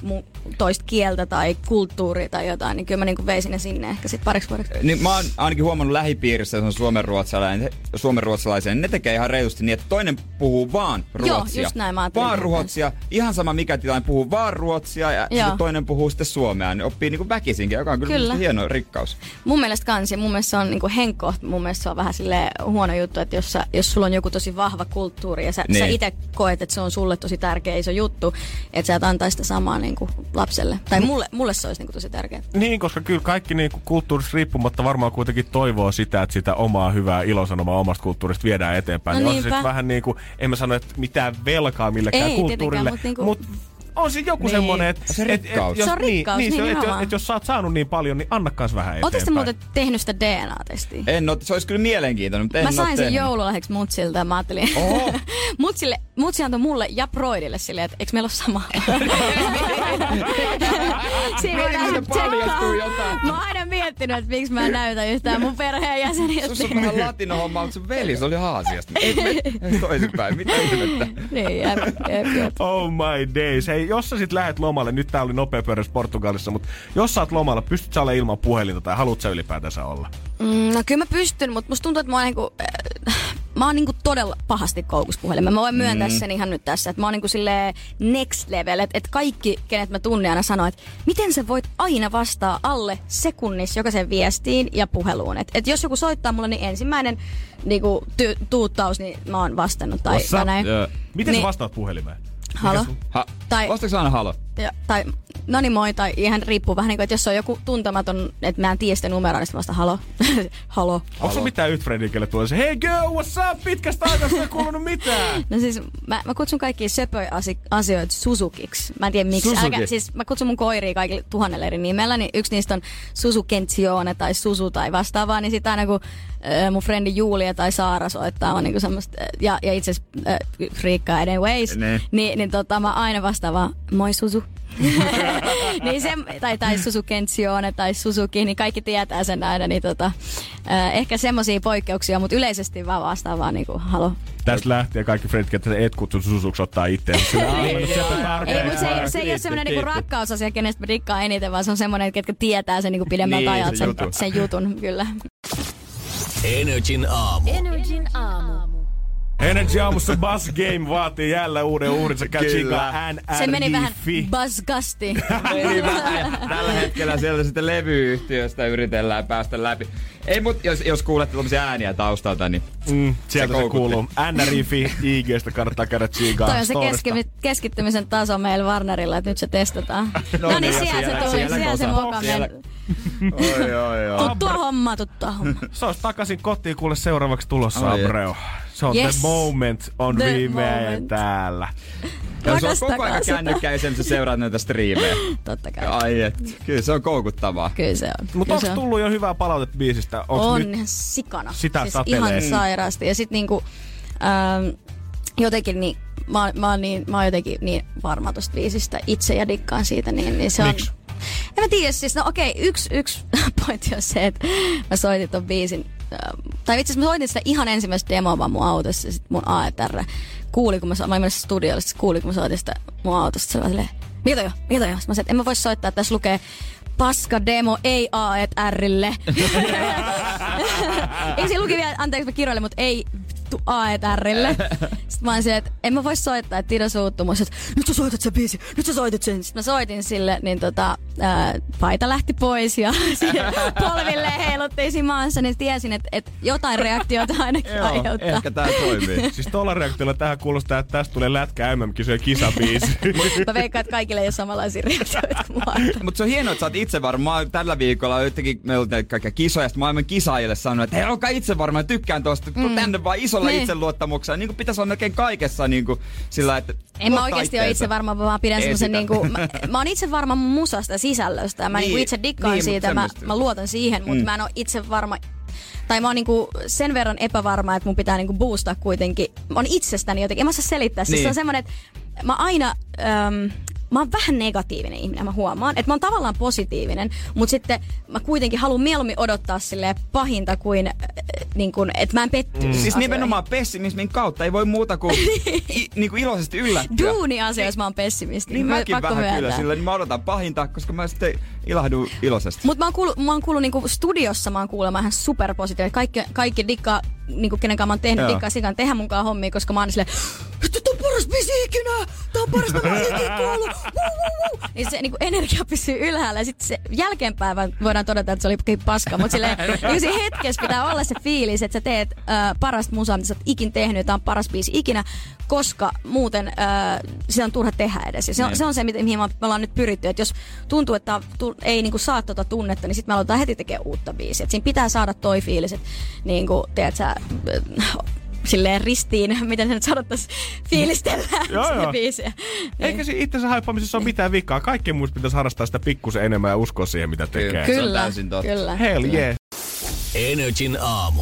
toista kieltä tai kulttuuria tai jotain, niin kyllä mä niinku veisin ne sinne ehkä sit pariksi vuodeksi. Niin mä oon ainakin huomannut lähipiirissä, että on suomenruotsalaisia, niin ne tekee ihan reilusti niin, että toinen puhuu vaan ruotsia. Joo, just näin mä ajattelin. Vaan ruotsia, ihan sama mikä tilanne, puhuu vaan ruotsia ja sitten toinen puhuu sitten suomea, niin oppii niinku väkisinkin, joka on kyllä hieno rikkaus. Mun mielestä kans, ja mun mielestä se on niinku henkkoht, mun mielestä se on vähän silleen huono juttu, että jos sulla on joku tosi vahva kulttuuri ja sä itse koet, että se on sulle tosi tärkeä iso juttu, että sä et antaisi sitä samaa niinku lapselle. Tai mulle se olisi niinku tosi tärkeää. Niin, koska kyllä kaikki niinku kulttuurista riippumatta varmaan kuitenkin toivoo sitä, että sitä omaa hyvää ilosanomaa omasta kulttuurista viedään eteenpäin. No niin on se vähän niinku, en mä sano, että mitään velkaa millekään kulttuurille, mutta on siinä joku semmonen, että se rikkaus. Se on rikkaus, että jos sä oot saanut niin paljon, niin anna kans vähän eteenpäin. Ootteko te muuten tehnyt sitä DNA-testiä? En oo, se olisi kyllä mielenkiintoinen, mutta mä sain sen joululahjaksi mutsilta ja mä ajattelin, mutsi antoi mulle ja Broidille silleen, että eikö meillä ole sama? Siinä mä oon aina miettinyt, että miksi mä en näytä yhtään mun perheenjäseniltä. Sussa on vähän latinohommaa, mutta sun veli, se oli Aasiasta. Ei toisinpäin, mitä ihmettä? Niin, oh my days. Hei, jos sä sit lähet lomalle, nyt tää oli nopea pyöräys Portugalissa, mutta jos sä oot lomalla, pystyt sä olemaan ilman puhelinta tai haluat sä ylipäätänsä olla? No kyllä mä pystyn, mutta musta tuntuu, että mä oon niinku todella pahasti koukussa puhelimeen. Mä voin myöntää sen ihan nyt tässä, että mä oon niinku silleen next level, että kaikki, kenet mä tunnen aina sanoo, että miten sä voit aina vastaa alle sekunnissa jokaisen viestiin ja puheluun. Että jos joku soittaa mulle, niin ensimmäinen niinku tuuttaus, niin mä oon vastannut tai näin. Miten sä vastaat puhelimeen? Halo? Vastaatko sä aina halo? Tai no niin moi, tai ihan riippuu vähän niinku, että jos on joku tuntematon, että mä en tiedä sitä numeroa, niin sitten vasta halo. Halo. Onko se mitään yhtä friendiä, kelle tulee se, hey girl, what's up? Pitkästä aikaa ei kuulunut mitään. No siis mä kutsun kaikkia söpöjä asioita Suzukiksi. Mä en tiedä miksi. Siis mä kutsun mun koiria kaikille 1000 eri nimellä, niin yksi niistä on Susu Kentsione tai Susu tai vastaavaa, niin sit aina kun mun friendi Julia tai Saara soittaa, on niinku semmoista, ja itse asiassa friikkaa anyways, niin mä aina vastaan vaan, moi Susu. niin se, tai Susu Kentsione tai Suzuki, niin kaikki tietää sen aina, niin ehkä semmosia poikkeuksia, mutta yleisesti vastaan vaan niinku halo. Tästä lähtien kaikki friendit, että et kutsu Susuksi ottaa itteen. Ei, mutta se ei ole semmoinen niinku rakkausasia, kenestä mä dikkaan eniten, vaan se on semmoinen, ketkä tietää sen niinku pidemmältä ajat sen jutun, kyllä. Energin aamu. Energy aamussa Buzz Game vaatii jälleen uuden uhrin. Se käy tsiikaa NRJ. Se meni vähän buzzgasti. Tällä hetkellä sieltä sitten levyyhtiöstä yritellään päästä läpi. Ei, mutta jos kuulette tommosia ääniä taustalta, niin sieltä se kuuluu. NRJ IG:stä kannattaa käydä tsiikaa. Toi on se keskittymisen taso meillä Warnerilla, että nyt se testataan. No niin, siellä se tuli. Siellä se moka meillä. Tuttua hommaa. Se olisi takaisin kotiin kuule seuraavaksi tulossa, Abreu. Se on the moment on viimein täällä. Ja se on koko ajan kännykkä ja sä seuraat näitä striimejä. Totta kai. Ai et, kyllä se on koukuttavaa. Kyllä se on. Mutta onko tullut jo hyvää palautetta biisistä? On nyt sikana. Sitä siis satelee. Ihan sairaasti. Ja sit niinku jotenkin niin mä oon jotenkin niin varma tosta biisistä itse ja dikkaan siitä. Niin se on... Miksi? En mä tiedä, siis no okei, yksi pointti on se, että mä soitin ton biisin, tai itse asiassa mä soitin sitä ihan ensimmäistä demoa vaan mun autossa, ja sit mun AETR kuuli, kun mä olin studiolle, sit kuuli, kun mä soitin sitä mun autosta, se oli silleen, mikä toi jo? Sitten mä sanoin, että en mä vois soittaa, että tässä lukee paska demo, ei AETRille. Ei se luki vielä, anteeksi mä kirjoilin, mutta ei AETRille. Sitten mä olin silleen, että en mä vois soittaa, että Tiro suuttuu mun, että nyt sä soitat sen biisi, nyt sä soitat sen. Sitten mä soitin sille, niin paita lähti pois ja polvilleen heiluttiin maassa, niin tiesin, että jotain reaktiota ainakin aiheuttaa. Ehkä tää toimii. Siis tuolla reaktiolla tähän kuulostaa, että tästä tulee lätkä MM-kisojen kisabiisi. Mä veikkaan, että kaikille ei ole samanlaisia reaktioita kuin mua. Mutta se on hienoa, että sä oot itse varma. Tällä viikolla jotenkin me oltiin kaikkia kisoja, sitten maailman kisaajille sanonut, että hei, olkaa itse varma, tykkään tosta, tänne vaan isolla itseluottamuksella. Niin kuin pitäisi olla melkein kaikessa niin kuin sillä, että en mä oikeesti ole itse varma, vaan pidän semmosen niinku, mä oon itse varma mun musasta sisällöstä ja mä niinku itse dikkaan siitä, mä luotan siihen, mutta mä en oo itse varma, tai mä oon niinku sen verran epävarma, että mun pitää niinku boostaa kuitenkin, mä oon itsestäni jotenkin, en mä saa selittää, siis se on semmonen, että mä aina mä oon vähän negatiivinen ihminen, mä huomaan. Että mä oon tavallaan positiivinen, mutta sitten mä kuitenkin haluan mieluummin odottaa silleen pahinta kuin, niin kuin että mä en pettyisi. Siis nimenomaan pessimismin kautta ei voi muuta kuin niin kuin iloisesti yllättyä. Duuni-asioissa mä oon pessimisti. Niin mäkin vähän myöntää. Kyllä sillä, niin mä odotan pahinta, koska mä sitten ilahdun iloisesti. Mutta mä oon kuullut niinku studiossa, mä oon kuulemma ihan superpositiivinen. Kaikki dikkaa, niinku kenenkaan mä oon tehnyt dikkaa sikan tehdä munkaan hommia, koska mä oon silleen, että tää on paras biisi ikinä! Tää on paras, mä oon ikinä kuullut! Niin se niinku energia pysyy ylhäällä ja sitten se jälkeenpäin voidaan todeta, että se oli paska. Mutta silleen, niin siinä hetkessä pitää olla se fiilis, että sä teet parasta musaa, mitä sä oot ikin tehnyt, tää on paras biisi ikinä, koska muuten sitä on turha tehdä edes. Ja se on se, mihin me ollaan nyt pyritty, että jos tuntuu, että ei niinku saa tota tunnetta, niin sitten me aloitetaan heti tekemään uutta biisiä. Et siinä pitää saada toi fiilis, että niinku, teet sä silleen ristiin, miten se nyt sanottaisiin, fiilistellään sitä biisiä. Eikä siinä itsensä haippaamisessa ole mitään vikaa. Kaikkien muista pitäisi harrastaa sitä pikkusen enemmän ja uskoa siihen, mitä tekee. Kyllä, se on täysin totta. Kyllä. Hell yeah. Energin aamu.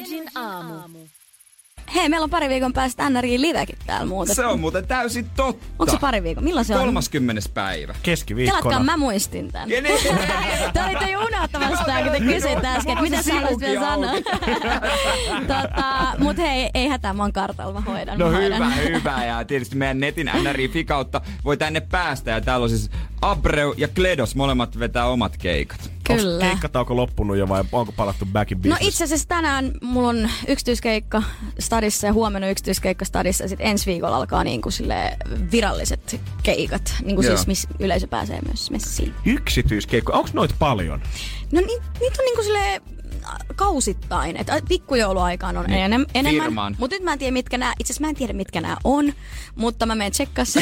Hei, meillä on pari viikon päästä NRJ Livekin täällä muuten. Se on muuten täysin totta. Onko se pari viikon? Milloin se on? 30. päivä. Keskiviikkona. Telatkaa, mä muistin tän. Te olitte jo unohtamassa tää, kun te kysyitte äsken, että mitä sä haluaisit vielä sanoa. Mut hei, ei hätää, mä oon kartalla, mä hoidan. No hyvä. Ja tietysti meidän netin NRJ kautta voi tänne päästä. Ja täällä on siis Abreu ja Kledos, molemmat vetää omat keikat. Kyllä. Onko keikkatauko loppunut jo vai onko palattu back in business? No itse asiassa tänään mulla on yksityiskeikka stadissa ja huomenna yksityiskeikka stadissa ja sitten ensi viikolla alkaa niinku sille viralliset keikat. Niinku siis missä yleisö pääsee myös messiin. Yksityiskeikko, onko noita paljon? No niitä on niinku silleen kausittain. Et pikkujouluaikaan on enemmän. Mutta nyt mä en tiedä mitkä nää, itse asiassa mä en tiedä mitkä nää on, mutta mä menen tsekkaassa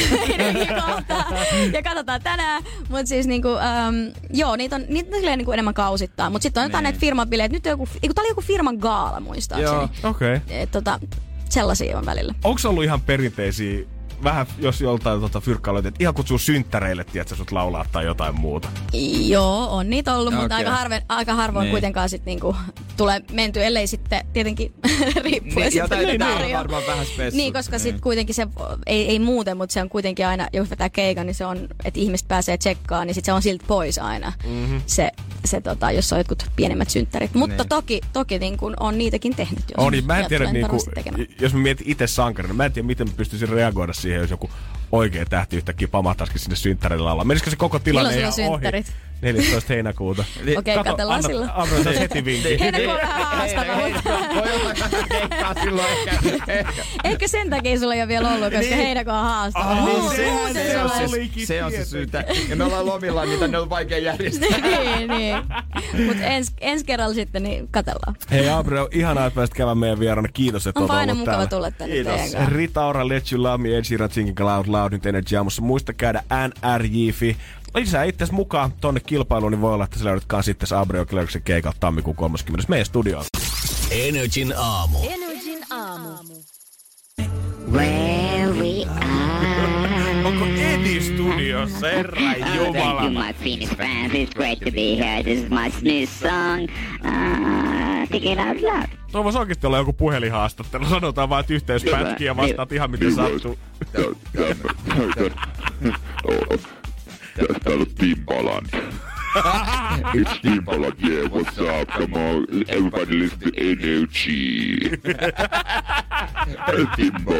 ja katsotaan tänään. Mutta siis niinku, niitä on silleen niinku enemmän kausittain. Mutta sitten on jotain näitä firmabileet. Nyt on joku, tää oli joku firman gaala muistaakseni. Joo, okei. Sellaisia on välillä. Onko se ollut ihan perinteisiä, vähän jos joltain fyrkkailuita, että ihan kutsuu synttäreille, tiedätkö, sut laulaa tai jotain muuta? Joo, on niitä ollut, mutta aika harvoin kuitenkaan sit niinku tulee menty, ellei sitten tietenkin riippuen sitten varmaan vähän spessu. Niin, koska sit kuitenkin se, ei muuten, mutta se on kuitenkin aina, jos vetää keikan, niin se on, että ihmiset pääsee tsekkaan, niin sit se on siltä pois aina. Se jos on jotkut pienemmät synttärit. Mutta toki niin kun on niitäkin tehnyt. Niin mä en tiedä, jos mä mietin itse sankarina, mä en tiedä, miten mä pystyisin reagoida siihen, jos joku oikea tähti yhtäkkiä pamahtaisikin sinne synttärille alla. Menisikö se koko tilanne ihan ohi? 14. heinäkuuta. Okei, katsellaan silloin. Anna heti vinkki. Heinäkuun on vähän haastava. Voi ottaa keikkaa silloin ehkä sen takia sulla ei ole vielä ollut, koska heinäkuun on haastava. Se on se syytä. Ja me ollaan lomilla, mitä ne on vaikea järjestää. niin. Mutta ensi kerralla sitten niin katsellaan. Hei Abreu, ihanaa, että pääsit käymään meidän vieraana. Kiitos, että olet ollut täällä. On aina mukava tulla tänne teidän kanssa. Rita Ora, Let You Love Me, Ed Sheeran, Singing Loud Loud, nyt Energy aamussa. Muista käydä NRJ.fi. Lisää itses mukaan tonne kilpailuun, niin voi olla, että sä löydätkään sitten Abreu Klerksen keikalta tammikuun 30. meidän studioon. Energin aamu. Where we are. Onko Edi studiossa, herra jumala? Thank you, my Finnish fans. It's great to be here. This is my new song. Take it out loud. Tuo voisi oikeasti olla joku puhelinhaastattelu. Sanotaan vaan, että yhteys pätkii ja vastaat ihan miten sattuu. Täällä on Timbaland. It's Timbaland, yeah, what's up? Come on, everybody listen to Energy. Timbo.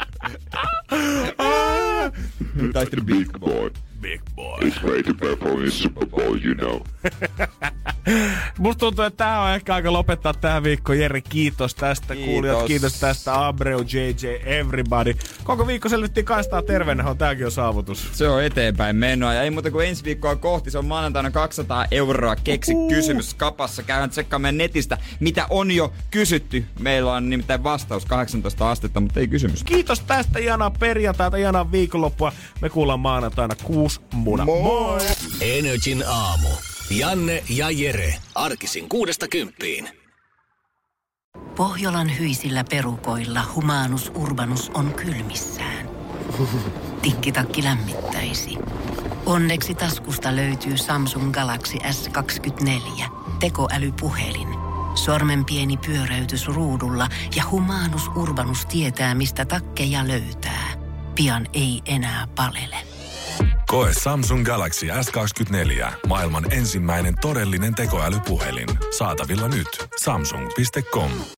That's the big boy. Big boy. It's ready to perform in Super Bowl, you know. Musta tuntuu, että tää on ehkä aika lopettaa tähän viikkoon. Jere, kiitos tästä. Kuulijat, kiitos tästä. Abreu, JJ, everybody. Koko viikko selvittiin kaistaa terveenä. Tääkin on saavutus. Se on eteenpäin menoa. Ja ei muuta kuin ensi viikkoa kohti. Se on maanantaina 200 €. Keksi kysymys kapassa. Käydään tsekkaamaan netistä, mitä on jo kysytty. Meillä on nimittäin vastaus 18 astetta, mutta ei kysymys. Kiitos tästä. Ihanaa perjantaita, ihanaa viikonloppua. Me kuullaan maanantaina 6 muna. Moi! Energin aamu. Janne ja Jere. Arkisin 6–10. Pohjolan hyisillä perukoilla Humanus Urbanus on kylmissään. Tikkitakki lämmittäisi. Onneksi taskusta löytyy Samsung Galaxy S24. Tekoälypuhelin. Sormen pieni pyöräytys ruudulla ja Humanus Urbanus tietää, mistä takkeja löytää. Pian ei enää palele. Koe Samsung Galaxy S24. Maailman ensimmäinen todellinen tekoälypuhelin. Saatavilla nyt. Samsung.com.